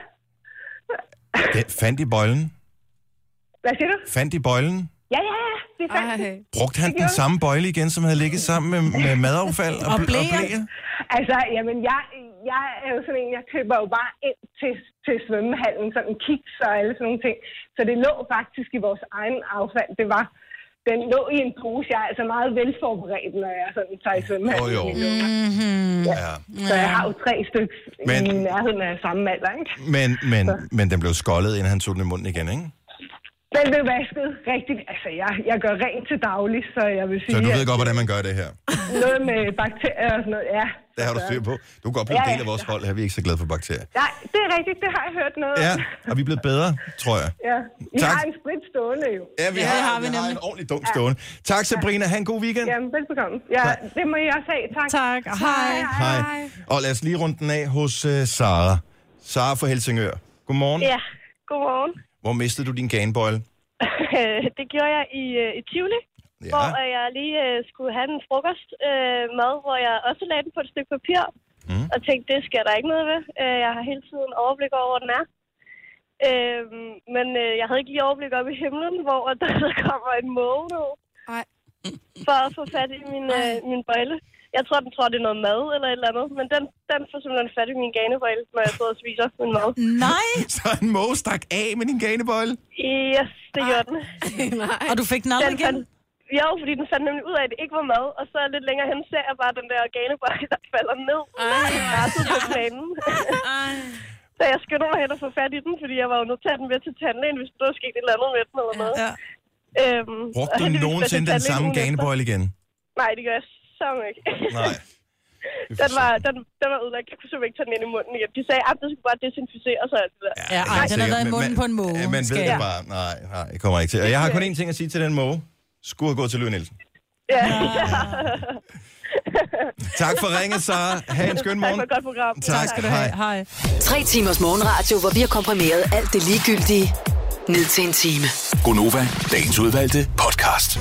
[SPEAKER 1] Det, fandt I bøjlen?
[SPEAKER 11] Hvad siger du?
[SPEAKER 1] Fandt I bøjlen?
[SPEAKER 11] Ja, ja, ja. Det fandt
[SPEAKER 1] Ej. Brugte han den samme bøjle igen, som havde ligget sammen med, med madaffald og,
[SPEAKER 2] og blæer?
[SPEAKER 1] Og blæer?
[SPEAKER 11] Altså, jamen, jeg, jeg er jo sådan en, jeg køber jo bare ind til, til svømmehallen, sådan kiks og alle sådan nogle ting. Så det lå faktisk i vores egen affald. Det var den lå i en pose. Jeg er altså meget velforberedt, når jeg sådan tager i svømmehallen.
[SPEAKER 1] Oh, jo.
[SPEAKER 11] Mm-hmm. Ja. Ja. Så jeg har jo tre stykker men, i nærheden af samme alder, ikke?
[SPEAKER 1] Men, men, men den blev skoldet, inden han tog den i munden igen, ikke?
[SPEAKER 11] Den blev vasket rigtigt. Altså, jeg, jeg gør rent til daglig, så jeg vil sige...
[SPEAKER 1] Så du ved
[SPEAKER 11] at,
[SPEAKER 1] godt, hvordan man gør det her?
[SPEAKER 11] Noget med bakterier og sådan noget, ja.
[SPEAKER 1] Det har du styr på. Du er godt blevet
[SPEAKER 11] ja,
[SPEAKER 1] en del af vores hold her. Vi er ikke så glade for bakterier.
[SPEAKER 11] Nej, det er rigtigt. Det har jeg hørt noget
[SPEAKER 1] Ja, og vi er blevet bedre, tror jeg.
[SPEAKER 11] Ja, vi
[SPEAKER 1] tak.
[SPEAKER 11] har en sprit stående jo.
[SPEAKER 1] Ja, vi, ja, har, har, vi vi har en ordentlig dum stående. Ja. Tak, Sabrina. Ha' en god weekend.
[SPEAKER 11] Jamen, velbekomme. Ja, det må I også have. Tak.
[SPEAKER 2] Tak. Hej.
[SPEAKER 1] Hej. Hej. Og lad os lige runde den af hos uh, Sara. Sara fra Helsingør. Godmorgen.
[SPEAKER 12] Ja, godmorgen.
[SPEAKER 1] Hvor mistede du din Gameboy?
[SPEAKER 12] Det gjorde jeg i, uh, i Tivoli, ja. Hvor uh, jeg lige uh, skulle have en frokostmad, uh, mad, hvor jeg også lagde den på et stykke papir, mm. og tænkte, det sker der ikke noget ved. Uh, jeg har hele tiden overblik over, hvor den er. Uh, men uh, jeg havde ikke lige overblik op i himlen, hvor der kommer en måge nu, for at få fat i min, uh, min bøjle. Jeg tror, den tror, det er noget mad eller et eller andet, men den, den får simpelthen fat i min ganebøjle, når jeg sidder og spiser min mad.
[SPEAKER 2] Nej!
[SPEAKER 1] Så en måge stak af med din ganebøjle?
[SPEAKER 12] Yes, det gjorde den.
[SPEAKER 2] Nej. Og du fik den aldrig igen?
[SPEAKER 12] Fandt, jo, fordi den fandt nemlig ud af, at det ikke var mad, og så lidt længere hen ser jeg bare den der ganebøjle, der falder ned. Ej. på planen. Så jeg skyndte mig hen og få fat i den, fordi jeg var jo nødt til at den ved til tandlægen, hvis der var sket et eller andet med den eller noget. Ja. Øhm,
[SPEAKER 1] Brugte du nogensinde den samme ganebøjle igen?
[SPEAKER 12] Nej, det gør jeg sammen ikke.
[SPEAKER 1] Nej.
[SPEAKER 12] Den var, den, den var ødelagt. Jeg kunne simpelthen ikke tage den ind i munden igen. De sagde, at det skulle bare desinficeres og alt det der.
[SPEAKER 2] Ja, ej, den har været i munden på en måge.
[SPEAKER 1] Ja, man ved det bare. Nej, nej, jeg kommer ikke til. Og jeg har kun én ting at sige til den måge. Skulle have gået til Louis Nielsen.
[SPEAKER 12] Ja.
[SPEAKER 1] Tak for ringet, Sara. Ha' en skøn morgen.
[SPEAKER 12] Tak for et godt program.
[SPEAKER 1] Tak skal du have.
[SPEAKER 2] Hej.
[SPEAKER 5] Tre timers morgenradio, hvor vi har komprimeret alt det ligegyldige ned til en time.
[SPEAKER 4] Gonova, dagens udvalgte podcast.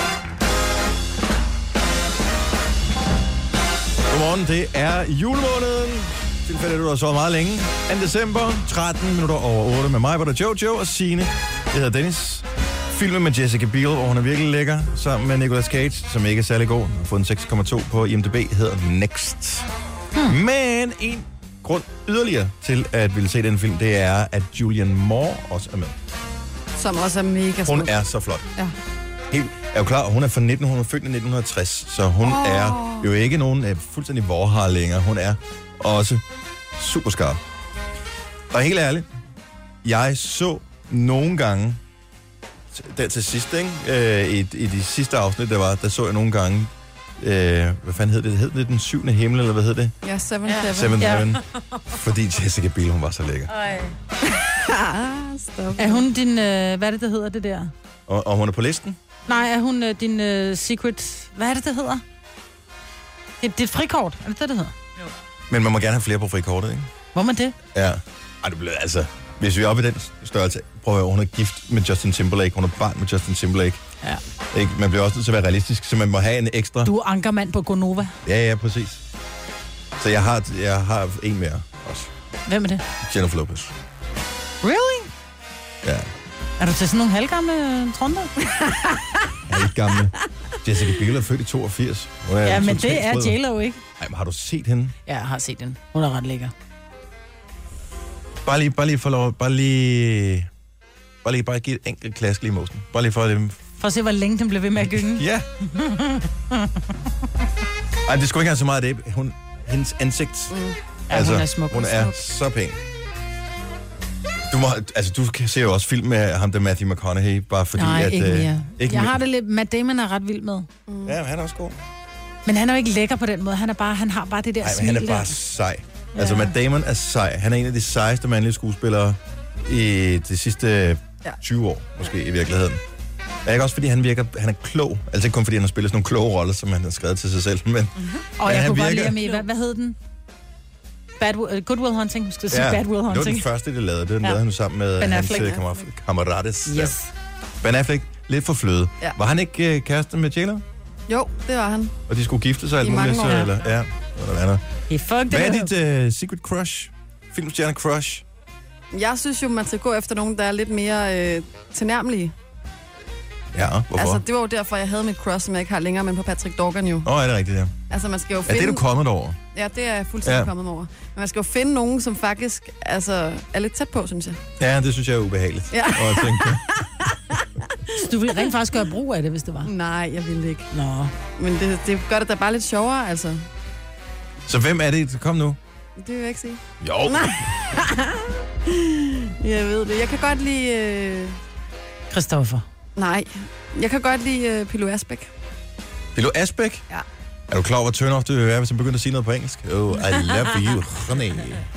[SPEAKER 1] Godmorgen, det er julemåneden. Tilfældet, du har sovet meget længe. anden december, tretten minutter over otte med mig, hvor der Jojo og Signe. Jeg hedder Dennis. Filmen med Jessica Biel, hvor hun er virkelig lækker, sammen med Nicolas Cage, som ikke er særlig god. Hun har fået en seks komma to på I M D B, hedder Next. Hmm. Men en grund yderligere til, at ville se den film, det er, at Julianne Moore også er med.
[SPEAKER 7] Som også er mega smuk.
[SPEAKER 1] Hun er så flot.
[SPEAKER 7] Ja.
[SPEAKER 1] Helt, er jo klar, hun er fra nitten hundrede, født i nitten tres, så hun oh. er jo ikke nogen uh, fuldstændig vorhar længere. Hun er også super skarp. Og helt ærligt, jeg så nogle gange, der til sidst, ikke? Øh, i, i de sidste afsnit, der var, der så jeg nogle gange, øh, hvad fanden hed det? Hed det Den Syvende Himmel, eller hvad hed det?
[SPEAKER 7] Ja, Seven Heaven.
[SPEAKER 1] Seven Heaven. Fordi Jessica Biel, hun var så lækker.
[SPEAKER 2] Stop. Er hun din, øh, hvad er det, der hedder det der?
[SPEAKER 1] Og, og hun er på listen?
[SPEAKER 2] Nej, er hun øh, din øh, secret, hvad er det, det hedder? Det, det er et frikort, er det det, det hedder? Jo.
[SPEAKER 1] Men man må gerne have flere på frikortet, ikke?
[SPEAKER 2] Hvor man det?
[SPEAKER 1] Ja. Ej, det bliver altså... Hvis vi er oppe i den størrelse, prøv at høre, hun er gift med Justin Timberlake, hun er barn med Justin Timberlake.
[SPEAKER 2] Ja.
[SPEAKER 1] Ikke? Man bliver også nødt til at være realistisk, så man må have en ekstra...
[SPEAKER 2] Du er ankermand på Gonova.
[SPEAKER 1] Ja, ja, præcis. Så jeg har, jeg har en mere også.
[SPEAKER 2] Hvem er det?
[SPEAKER 1] Jennifer Lopez.
[SPEAKER 2] Really?
[SPEAKER 1] Ja.
[SPEAKER 2] Er du til sådan nogle halvgamle tronder?
[SPEAKER 1] Jeg er ikke gamle. Jessica Biel er født i toogfirs. Hun er
[SPEAKER 2] ja, men det er J-Lo, ikke?
[SPEAKER 1] Ej, men har du set hende?
[SPEAKER 2] Ja, jeg har set hende. Hun er ret lækker.
[SPEAKER 1] Bare lige, bare lige for lov, bare lige... Bare lige, bare give et enkelt klask lige i mosen. Bare lige for dem.
[SPEAKER 2] For at se, hvor længe den bliver ved med at gynge.
[SPEAKER 1] Ja. Ej, det skulle ikke have så meget af det. Hun, hendes ansigt. Mm.
[SPEAKER 2] Ja,
[SPEAKER 1] altså,
[SPEAKER 2] hun er smuk.
[SPEAKER 1] Hun er så pæn. Du, må, altså, du kan se jo også film med ham, der Matthew McConaughey, bare fordi
[SPEAKER 2] Nej,
[SPEAKER 1] at...
[SPEAKER 2] ikke mere.
[SPEAKER 1] Øh, ikke
[SPEAKER 2] jeg
[SPEAKER 1] mere.
[SPEAKER 2] har det lidt... Matt Damon er ret vild med.
[SPEAKER 1] Mm. Ja, han er også god.
[SPEAKER 2] Men han er jo ikke lækker på den måde. Han er bare, han har bare det der
[SPEAKER 1] Ej,
[SPEAKER 2] smil.
[SPEAKER 1] han er bare
[SPEAKER 2] der.
[SPEAKER 1] sej. Altså, ja. Matt Damon er sej. Han er en af de sejeste mandlige skuespillere i de sidste ja. tyve år, måske i virkeligheden. Og ikke også, fordi han virker, han er klog. Altså ikke kun, fordi han har spillet sådan nogle kloge roller, som han har skrevet til sig selv, men... Mm-hmm.
[SPEAKER 2] Og jeg kunne virker... godt lide ham i, hvad, hvad hed den? Bad, uh, Good Will Hunting, skal jeg sige
[SPEAKER 1] ja,
[SPEAKER 2] Bad Will Hunting.
[SPEAKER 1] Det var den første, de lavede. Det den ja. lavede han sammen med
[SPEAKER 2] Ben
[SPEAKER 1] hans
[SPEAKER 2] Affleck.
[SPEAKER 1] kammer- kammerates.
[SPEAKER 2] Yes.
[SPEAKER 1] Ben Affleck, lidt for fløde. Ja. Var han ikke uh, kæreste med J-Lo?
[SPEAKER 7] Jo, det var han.
[SPEAKER 1] Og de skulle gifte sig alt
[SPEAKER 7] I
[SPEAKER 1] muligt?
[SPEAKER 7] mange år.
[SPEAKER 1] Så, eller, ja. Eller
[SPEAKER 2] hvad
[SPEAKER 1] hvad er dit uh, secret crush? Filmstjerne crush?
[SPEAKER 7] Jeg synes jo, man skal gå efter nogen, der er lidt mere øh, tilnærmelige.
[SPEAKER 1] Ja, hvorfor?
[SPEAKER 7] Altså, det var jo derfor, jeg havde mit crush, som jeg ikke har længere, men på Patrick Dorgan jo.
[SPEAKER 1] Åh, oh, er det rigtigt, ja.
[SPEAKER 7] Altså, man skal jo finde...
[SPEAKER 1] Er det, du kommet over?
[SPEAKER 7] Ja, det er jeg fuldstændig ja. kommet over. Men man skal jo finde nogen, som faktisk altså, er lidt tæt på, synes jeg.
[SPEAKER 1] Ja, det synes jeg er ubehageligt.
[SPEAKER 7] Ja.
[SPEAKER 1] Og jeg tænker,
[SPEAKER 2] Så du ville rent faktisk gøre brug af det, hvis det var?
[SPEAKER 7] Nej, jeg ville ikke.
[SPEAKER 2] Nå.
[SPEAKER 7] Men det, det gør det da bare lidt sjovere, altså.
[SPEAKER 1] Så hvem er det? Kom nu.
[SPEAKER 7] Det vil jeg ikke sige.
[SPEAKER 1] Jo.
[SPEAKER 7] Nej. Jeg ved det. Jeg kan godt lide... Øh...
[SPEAKER 2] Christoffer.
[SPEAKER 7] Nej. Jeg kan godt lide øh, Pilo Asbæk.
[SPEAKER 1] Pilo Asbæk?
[SPEAKER 7] Ja.
[SPEAKER 1] Er du klar over, hvor turn off du er, hvis man begynder at sige noget på engelsk? Oh, I love you, honey.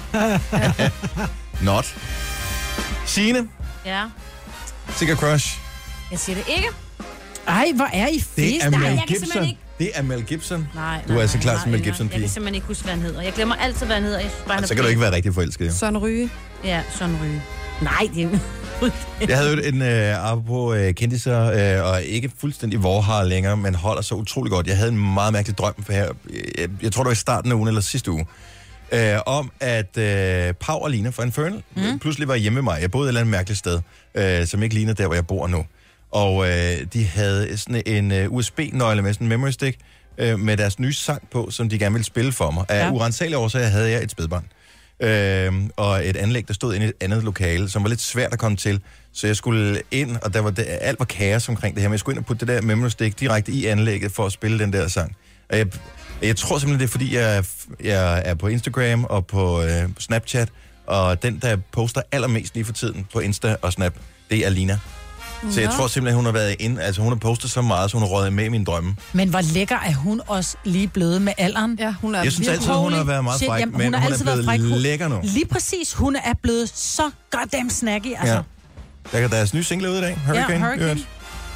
[SPEAKER 1] Not. Signe?
[SPEAKER 3] Ja.
[SPEAKER 1] Sikker crush?
[SPEAKER 3] Jeg siger det ikke.
[SPEAKER 2] Ej, hvor er I
[SPEAKER 1] Det
[SPEAKER 2] fisk?
[SPEAKER 1] er
[SPEAKER 3] Nej,
[SPEAKER 1] Mel
[SPEAKER 3] jeg kan
[SPEAKER 1] Gibson.
[SPEAKER 3] simpelthen ikke-
[SPEAKER 1] Det er Mel Gibson.
[SPEAKER 3] Nej,
[SPEAKER 1] Du er altså klar
[SPEAKER 3] nej,
[SPEAKER 1] som Mel
[SPEAKER 3] nej. Jeg
[SPEAKER 1] Gibson-pige.
[SPEAKER 3] kan simpelthen ikke huske, hvad han hedder. Jeg glemmer altid, hvad han hedder. Jeg synes bare, han
[SPEAKER 1] Så
[SPEAKER 3] er
[SPEAKER 1] kan du
[SPEAKER 3] pæn.
[SPEAKER 1] ikke være rigtig forelsket, jo.
[SPEAKER 7] Søren Ryge.
[SPEAKER 3] Ja, Søren Ryge. Nej, det er...
[SPEAKER 1] Jeg havde jo en øh, apropos øh, kendiser, øh, og ikke fuldstændig vorhar længere, men holder så utrolig godt. Jeg havde en meget mærkelig drøm for her. Jeg, jeg tror, det var i starten af ugen eller sidste uge. Øh, om at øh, Pau og Lina fra Infernal mm. pludselig var hjemme med mig. Jeg boede et eller andet mærkeligt sted, øh, som ikke ligner der, hvor jeg bor nu. Og øh, de havde sådan en øh, U S B-nøgle med sådan en memory stick øh, med deres nye sang på, som de gerne ville spille for mig. Af
[SPEAKER 2] Ja.
[SPEAKER 1] urensagelige årsager havde jeg et spædbarn. Øh, og et anlæg, der stod inde i et andet lokale, som var lidt svært at komme til. Så jeg skulle ind, og der var det, alt var kaos omkring det her, men jeg skulle ind og putte det der memory stick direkte i anlægget for at spille den der sang. Og jeg, jeg tror simpelthen, det er fordi, jeg, jeg er på Instagram og på øh, Snapchat, og den, der poster allermest lige for tiden på Insta og Snap, det er Lina. Så jeg tror simpelthen, hun har været inde, altså hun har postet så meget, så hun har røget med i mine drømme.
[SPEAKER 2] Men hvor lækker er hun også lige blevet med alderen?
[SPEAKER 7] Ja, hun er
[SPEAKER 1] Jeg synes altid, hun har været meget
[SPEAKER 2] Shit,
[SPEAKER 1] fræk,
[SPEAKER 2] jamen,
[SPEAKER 1] men
[SPEAKER 2] hun er
[SPEAKER 1] hun er
[SPEAKER 2] altid været
[SPEAKER 1] blevet
[SPEAKER 2] fræk. Hun-
[SPEAKER 1] lækker nu.
[SPEAKER 2] Lige præcis, hun er blevet så goddamn snacky, altså.
[SPEAKER 1] Ja. Der er deres nye single ude i dag, Hurricane.
[SPEAKER 2] Ja, Hurricane.
[SPEAKER 1] Øvrigt.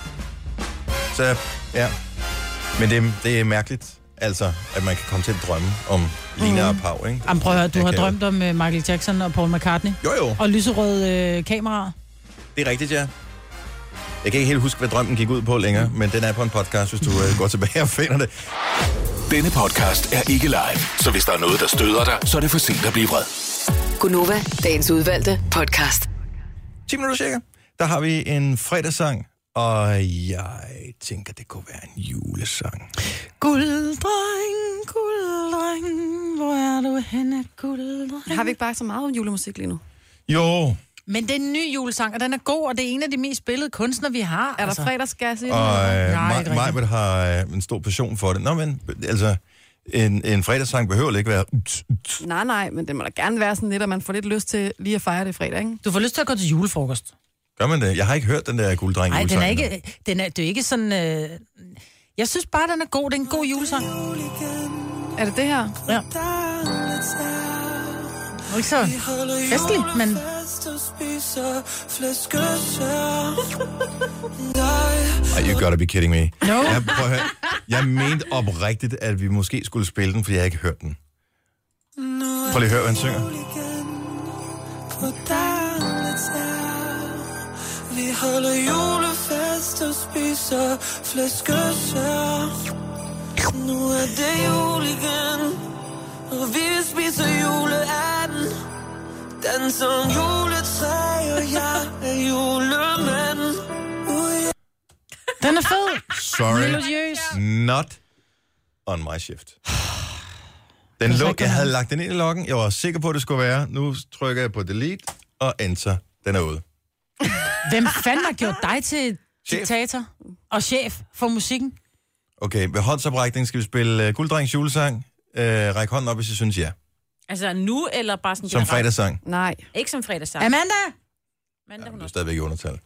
[SPEAKER 1] Så ja, men det, det er mærkeligt, altså, at man kan komme til at drømme om Lina
[SPEAKER 2] Mhm.
[SPEAKER 1] og Pau, ikke?
[SPEAKER 2] Jamen, prøv at høre, du
[SPEAKER 1] Jeg
[SPEAKER 2] har
[SPEAKER 1] kan jo-
[SPEAKER 2] drømt om uh, Michael Jackson og Paul McCartney.
[SPEAKER 1] Jo, jo,
[SPEAKER 2] Og lyserøde øh, kameraer.
[SPEAKER 1] det er rigtigt, ja. Jeg kan ikke helt huske, hvad drømmen gik ud på længere, men den er på en podcast, hvis du uh, går tilbage og finder det.
[SPEAKER 4] Denne podcast er ikke live, så hvis der er noget, der støder dig, så er det for sent at blive vred.
[SPEAKER 5] Gunova, dagens udvalgte podcast.
[SPEAKER 1] ti minutter cirka. Der har vi en fredagssang, og jeg tænker, det kunne være en julesang.
[SPEAKER 2] Gulddreng, gulddreng, hvor er du henne, gulddreng?
[SPEAKER 7] Har vi ikke bare så meget julemusik lige nu?
[SPEAKER 1] Jo,
[SPEAKER 2] Men det er en ny julesang, og den er god, og det er en af de mest spillede kunstnere, vi har.
[SPEAKER 7] Er der fredagsgas i det?
[SPEAKER 1] og øh,
[SPEAKER 2] Nej, ikke
[SPEAKER 1] Maj-
[SPEAKER 2] rigtigt.
[SPEAKER 1] Majbert har øh, en stor passion for det. Nå, men altså, en, en fredagssang behøver ikke være...
[SPEAKER 7] Nej, nej, men det må da gerne være sådan lidt, at man får lidt lyst til lige at fejre det fredag, ikke?
[SPEAKER 2] Du får lyst til at gå til julefrokost.
[SPEAKER 1] Gør man det? Jeg har ikke hørt den der gulddreng
[SPEAKER 2] Nej, den
[SPEAKER 1] julesang
[SPEAKER 2] er
[SPEAKER 1] endnu.
[SPEAKER 2] ikke, den er, det er ikke sådan... Øh... Jeg synes bare, den er god. Det er en god julesang.
[SPEAKER 7] Er det det her?
[SPEAKER 2] Ja. Og ikke så festlig, men...
[SPEAKER 1] Ej, you gotta be kidding me.
[SPEAKER 2] No.
[SPEAKER 1] Jeg, prøv at høre. Jeg mente oprigtigt, at vi måske skulle spille den, fordi jeg ikke hørt den. Prøv lige at høre, hvad han synger.
[SPEAKER 13] Vi holder julefest og spiser flæskesvær. Nu er det jul igen, og vi spiser juleanden. Danser om juletræ, og jeg er julemanden. Uh, yeah.
[SPEAKER 2] Den er fed.
[SPEAKER 1] Sorry.
[SPEAKER 2] Melodiøs.
[SPEAKER 1] Not on my shift. Den lå, jeg havde lagt den ind i loggen. Jeg var sikker på, at det skulle være. Nu trykker jeg på delete og enter. Den er ude.
[SPEAKER 2] Hvem fanden har gjort dig til diktator og chef for musikken?
[SPEAKER 1] Okay, ved håndsoprækning skal vi spille uh, Gulddrengs julesang. Uh, ræk hånden op, hvis I synes ja.
[SPEAKER 3] Altså nu, eller bare sådan
[SPEAKER 1] Som
[SPEAKER 3] generelt?
[SPEAKER 1] fredagssang.
[SPEAKER 7] Nej.
[SPEAKER 3] Ikke som fredagssang.
[SPEAKER 2] Amanda!
[SPEAKER 3] Amanda, hun
[SPEAKER 1] Du er stadigvæk i undertal.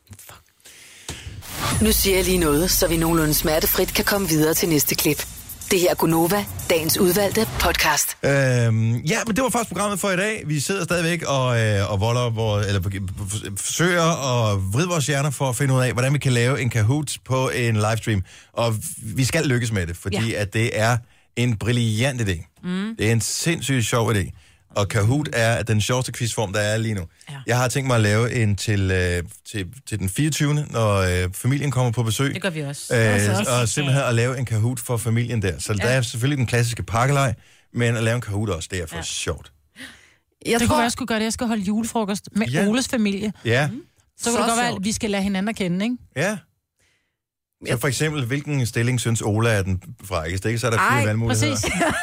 [SPEAKER 5] Nu siger jeg lige noget, så vi nogenlunde smertefrit kan komme videre til næste klip. Det her er Gunova, dagens udvalgte podcast.
[SPEAKER 1] Øhm, ja, men det var faktisk programmet for i dag. Vi sidder stadigvæk og, øh, og volder vores, eller forsøger at vride vores hjerner for at finde ud af, hvordan vi kan lave en Kahoot på en livestream. Og vi skal lykkes med det, fordi ja. at det er en brilliant idé. Mm. Det er en sindssygt sjov idé. Og Kahoot er den sjoveste quizform, der er lige nu. Ja. Jeg har tænkt mig at lave en til, øh, til, til den fireogtyvende når øh, familien kommer på besøg.
[SPEAKER 3] Det gør vi også.
[SPEAKER 1] Øh,
[SPEAKER 3] også, også.
[SPEAKER 1] og simpelthen at lave en Kahoot for familien der. Så ja. der er selvfølgelig den klassiske pakkelej, men at lave en Kahoot også, det er for ja. sjovt.
[SPEAKER 2] Jeg det tror... kunne være, jeg skulle gøre det. Jeg skal holde julefrokost med
[SPEAKER 1] Ja.
[SPEAKER 2] Oles familie.
[SPEAKER 1] Ja.
[SPEAKER 2] Mm. Så, så kunne det godt være, at vi skal lade hinanden at kende, ikke?
[SPEAKER 1] Ja. Så for eksempel, hvilken stilling synes Ola er den frækkeste, ikke? Så er der
[SPEAKER 7] Ej,
[SPEAKER 1] fire valgmuligheder.
[SPEAKER 2] præcis.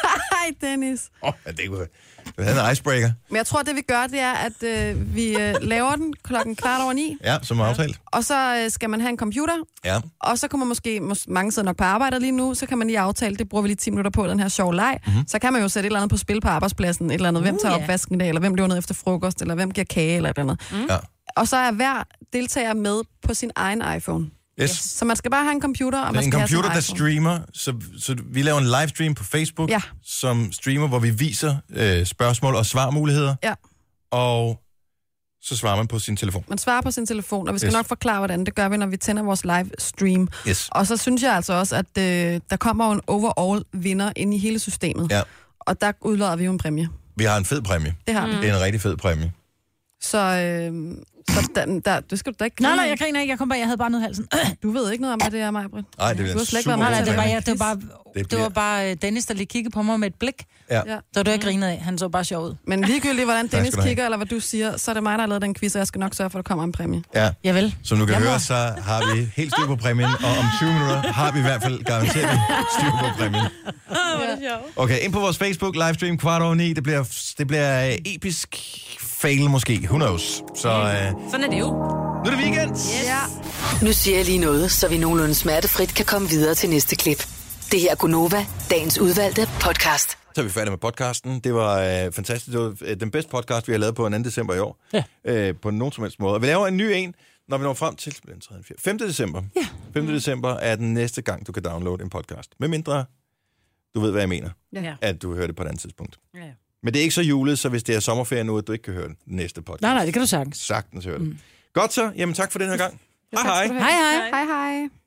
[SPEAKER 7] Dennis.
[SPEAKER 1] Åh, oh, det kunne det havde en icebreaker.
[SPEAKER 7] Men jeg tror, det vi gør, det er, at øh, vi øh, laver den klokken kvart over ni.
[SPEAKER 1] Ja, som aftalt.
[SPEAKER 7] Og så øh, skal man have en computer.
[SPEAKER 1] Ja.
[SPEAKER 7] Og så kommer måske, mås- mange sidder nok på arbejde lige nu, så kan man lige aftale, det bruger vi lige ti minutter på, den her sjov leg. Mm-hmm. Så kan man jo sætte et eller andet på spil på arbejdspladsen, et eller andet, hvem tager
[SPEAKER 3] Uh, yeah.
[SPEAKER 7] opvasken i dag, eller hvem løber ned efter frokost, eller hvem giver kage, eller et eller andet.
[SPEAKER 1] Mm. Ja.
[SPEAKER 7] Og så er hver deltager med på sin egen iPhone.
[SPEAKER 1] Yes.
[SPEAKER 7] Så man skal bare have en computer, og man
[SPEAKER 1] en
[SPEAKER 7] skal
[SPEAKER 1] computer,
[SPEAKER 7] have
[SPEAKER 1] der
[SPEAKER 7] sin
[SPEAKER 1] streamer, så, så vi laver en livestream på Facebook,
[SPEAKER 7] ja.
[SPEAKER 1] som streamer, hvor vi viser øh, spørgsmål og svarmuligheder,
[SPEAKER 7] ja.
[SPEAKER 1] og så svarer man på sin telefon.
[SPEAKER 7] Man svarer på sin telefon, og vi skal
[SPEAKER 1] Yes.
[SPEAKER 7] nok forklare, hvordan det gør vi, når vi tænder vores livestream.
[SPEAKER 1] Yes.
[SPEAKER 7] Og så synes jeg altså også, at øh, der kommer jo en overall-vinder ind i hele systemet.
[SPEAKER 1] Ja.
[SPEAKER 7] Og der udlodder vi jo en præmie.
[SPEAKER 1] Vi har en fed præmie.
[SPEAKER 7] Det har vi.
[SPEAKER 1] Det er en rigtig fed præmie.
[SPEAKER 7] Så, øh, så der, der, det skal du da ikke
[SPEAKER 2] Nej,
[SPEAKER 7] grine
[SPEAKER 2] nej,
[SPEAKER 7] af.
[SPEAKER 2] jeg griner ikke. Jeg kom bare, jeg havde bare noget i halsen.
[SPEAKER 7] Du ved ikke noget om, hvad det er, Maj-Britt.
[SPEAKER 1] Nej, det
[SPEAKER 7] Du
[SPEAKER 1] bliver
[SPEAKER 7] har slet ikke
[SPEAKER 1] super
[SPEAKER 7] været med
[SPEAKER 2] Nej,
[SPEAKER 7] til
[SPEAKER 2] det var,
[SPEAKER 7] at
[SPEAKER 2] jeg, det var bare,
[SPEAKER 1] Det
[SPEAKER 2] det,
[SPEAKER 1] bliver-
[SPEAKER 2] var bare øh, Dennis, der lige kiggede på mig med et blik.
[SPEAKER 1] Ja.
[SPEAKER 7] Ja.
[SPEAKER 2] Det var det, jeg grinede af. Han så bare sjov ud.
[SPEAKER 7] Men ligegyldigt, hvordan Dennis
[SPEAKER 1] skal du have.
[SPEAKER 7] kigger, eller hvad du siger, så er det mig, der har lavet den quiz, og jeg skal nok sørge for, at der kommer en præmie.
[SPEAKER 1] Ja.
[SPEAKER 2] Ja vel.
[SPEAKER 1] Som du kan
[SPEAKER 2] Jeg må-
[SPEAKER 1] høre, så har vi helt styr på præmien, og om tyve minutter har vi i hvert fald garanteret styr på præmien. Okay, ind på vores Facebook livestream kvart over ni. Det bliver, det bliver øh, episk fail måske. Who knows? Så øh,
[SPEAKER 3] Sådan er det jo.
[SPEAKER 1] nu er det weekend.
[SPEAKER 3] Yes.
[SPEAKER 7] Ja.
[SPEAKER 5] Nu siger jeg lige noget, så vi nogenlunde smertefrit kan komme videre til næste klip. Det her er Gunova, dagens udvalgte podcast.
[SPEAKER 1] Så er vi færdige med podcasten. Det var øh, fantastisk. Det var øh, den bedste podcast, vi har lavet på anden december i år.
[SPEAKER 2] Ja.
[SPEAKER 1] Øh, på nogen som helst måde. Og vi laver en ny en, når vi når frem til den tredje, fjerde, femte december.
[SPEAKER 2] Ja.
[SPEAKER 1] femte december er den næste gang, du kan downloade en podcast. Med mindre, du ved, hvad jeg mener.
[SPEAKER 3] Ja.
[SPEAKER 1] At du hører det på et andet tidspunkt.
[SPEAKER 3] Ja.
[SPEAKER 1] Men det er ikke så julet, så hvis det er sommerferie nu, at du ikke kan høre den næste podcast.
[SPEAKER 2] Nej, nej, det kan du sagtens.
[SPEAKER 1] Sagtens høre det. Mm. Godt så. Jamen tak for den her gang.
[SPEAKER 7] Ja,
[SPEAKER 1] Hej
[SPEAKER 7] tak skal
[SPEAKER 1] hej.
[SPEAKER 7] du have.
[SPEAKER 2] Hej, hej.
[SPEAKER 7] Hej, hej.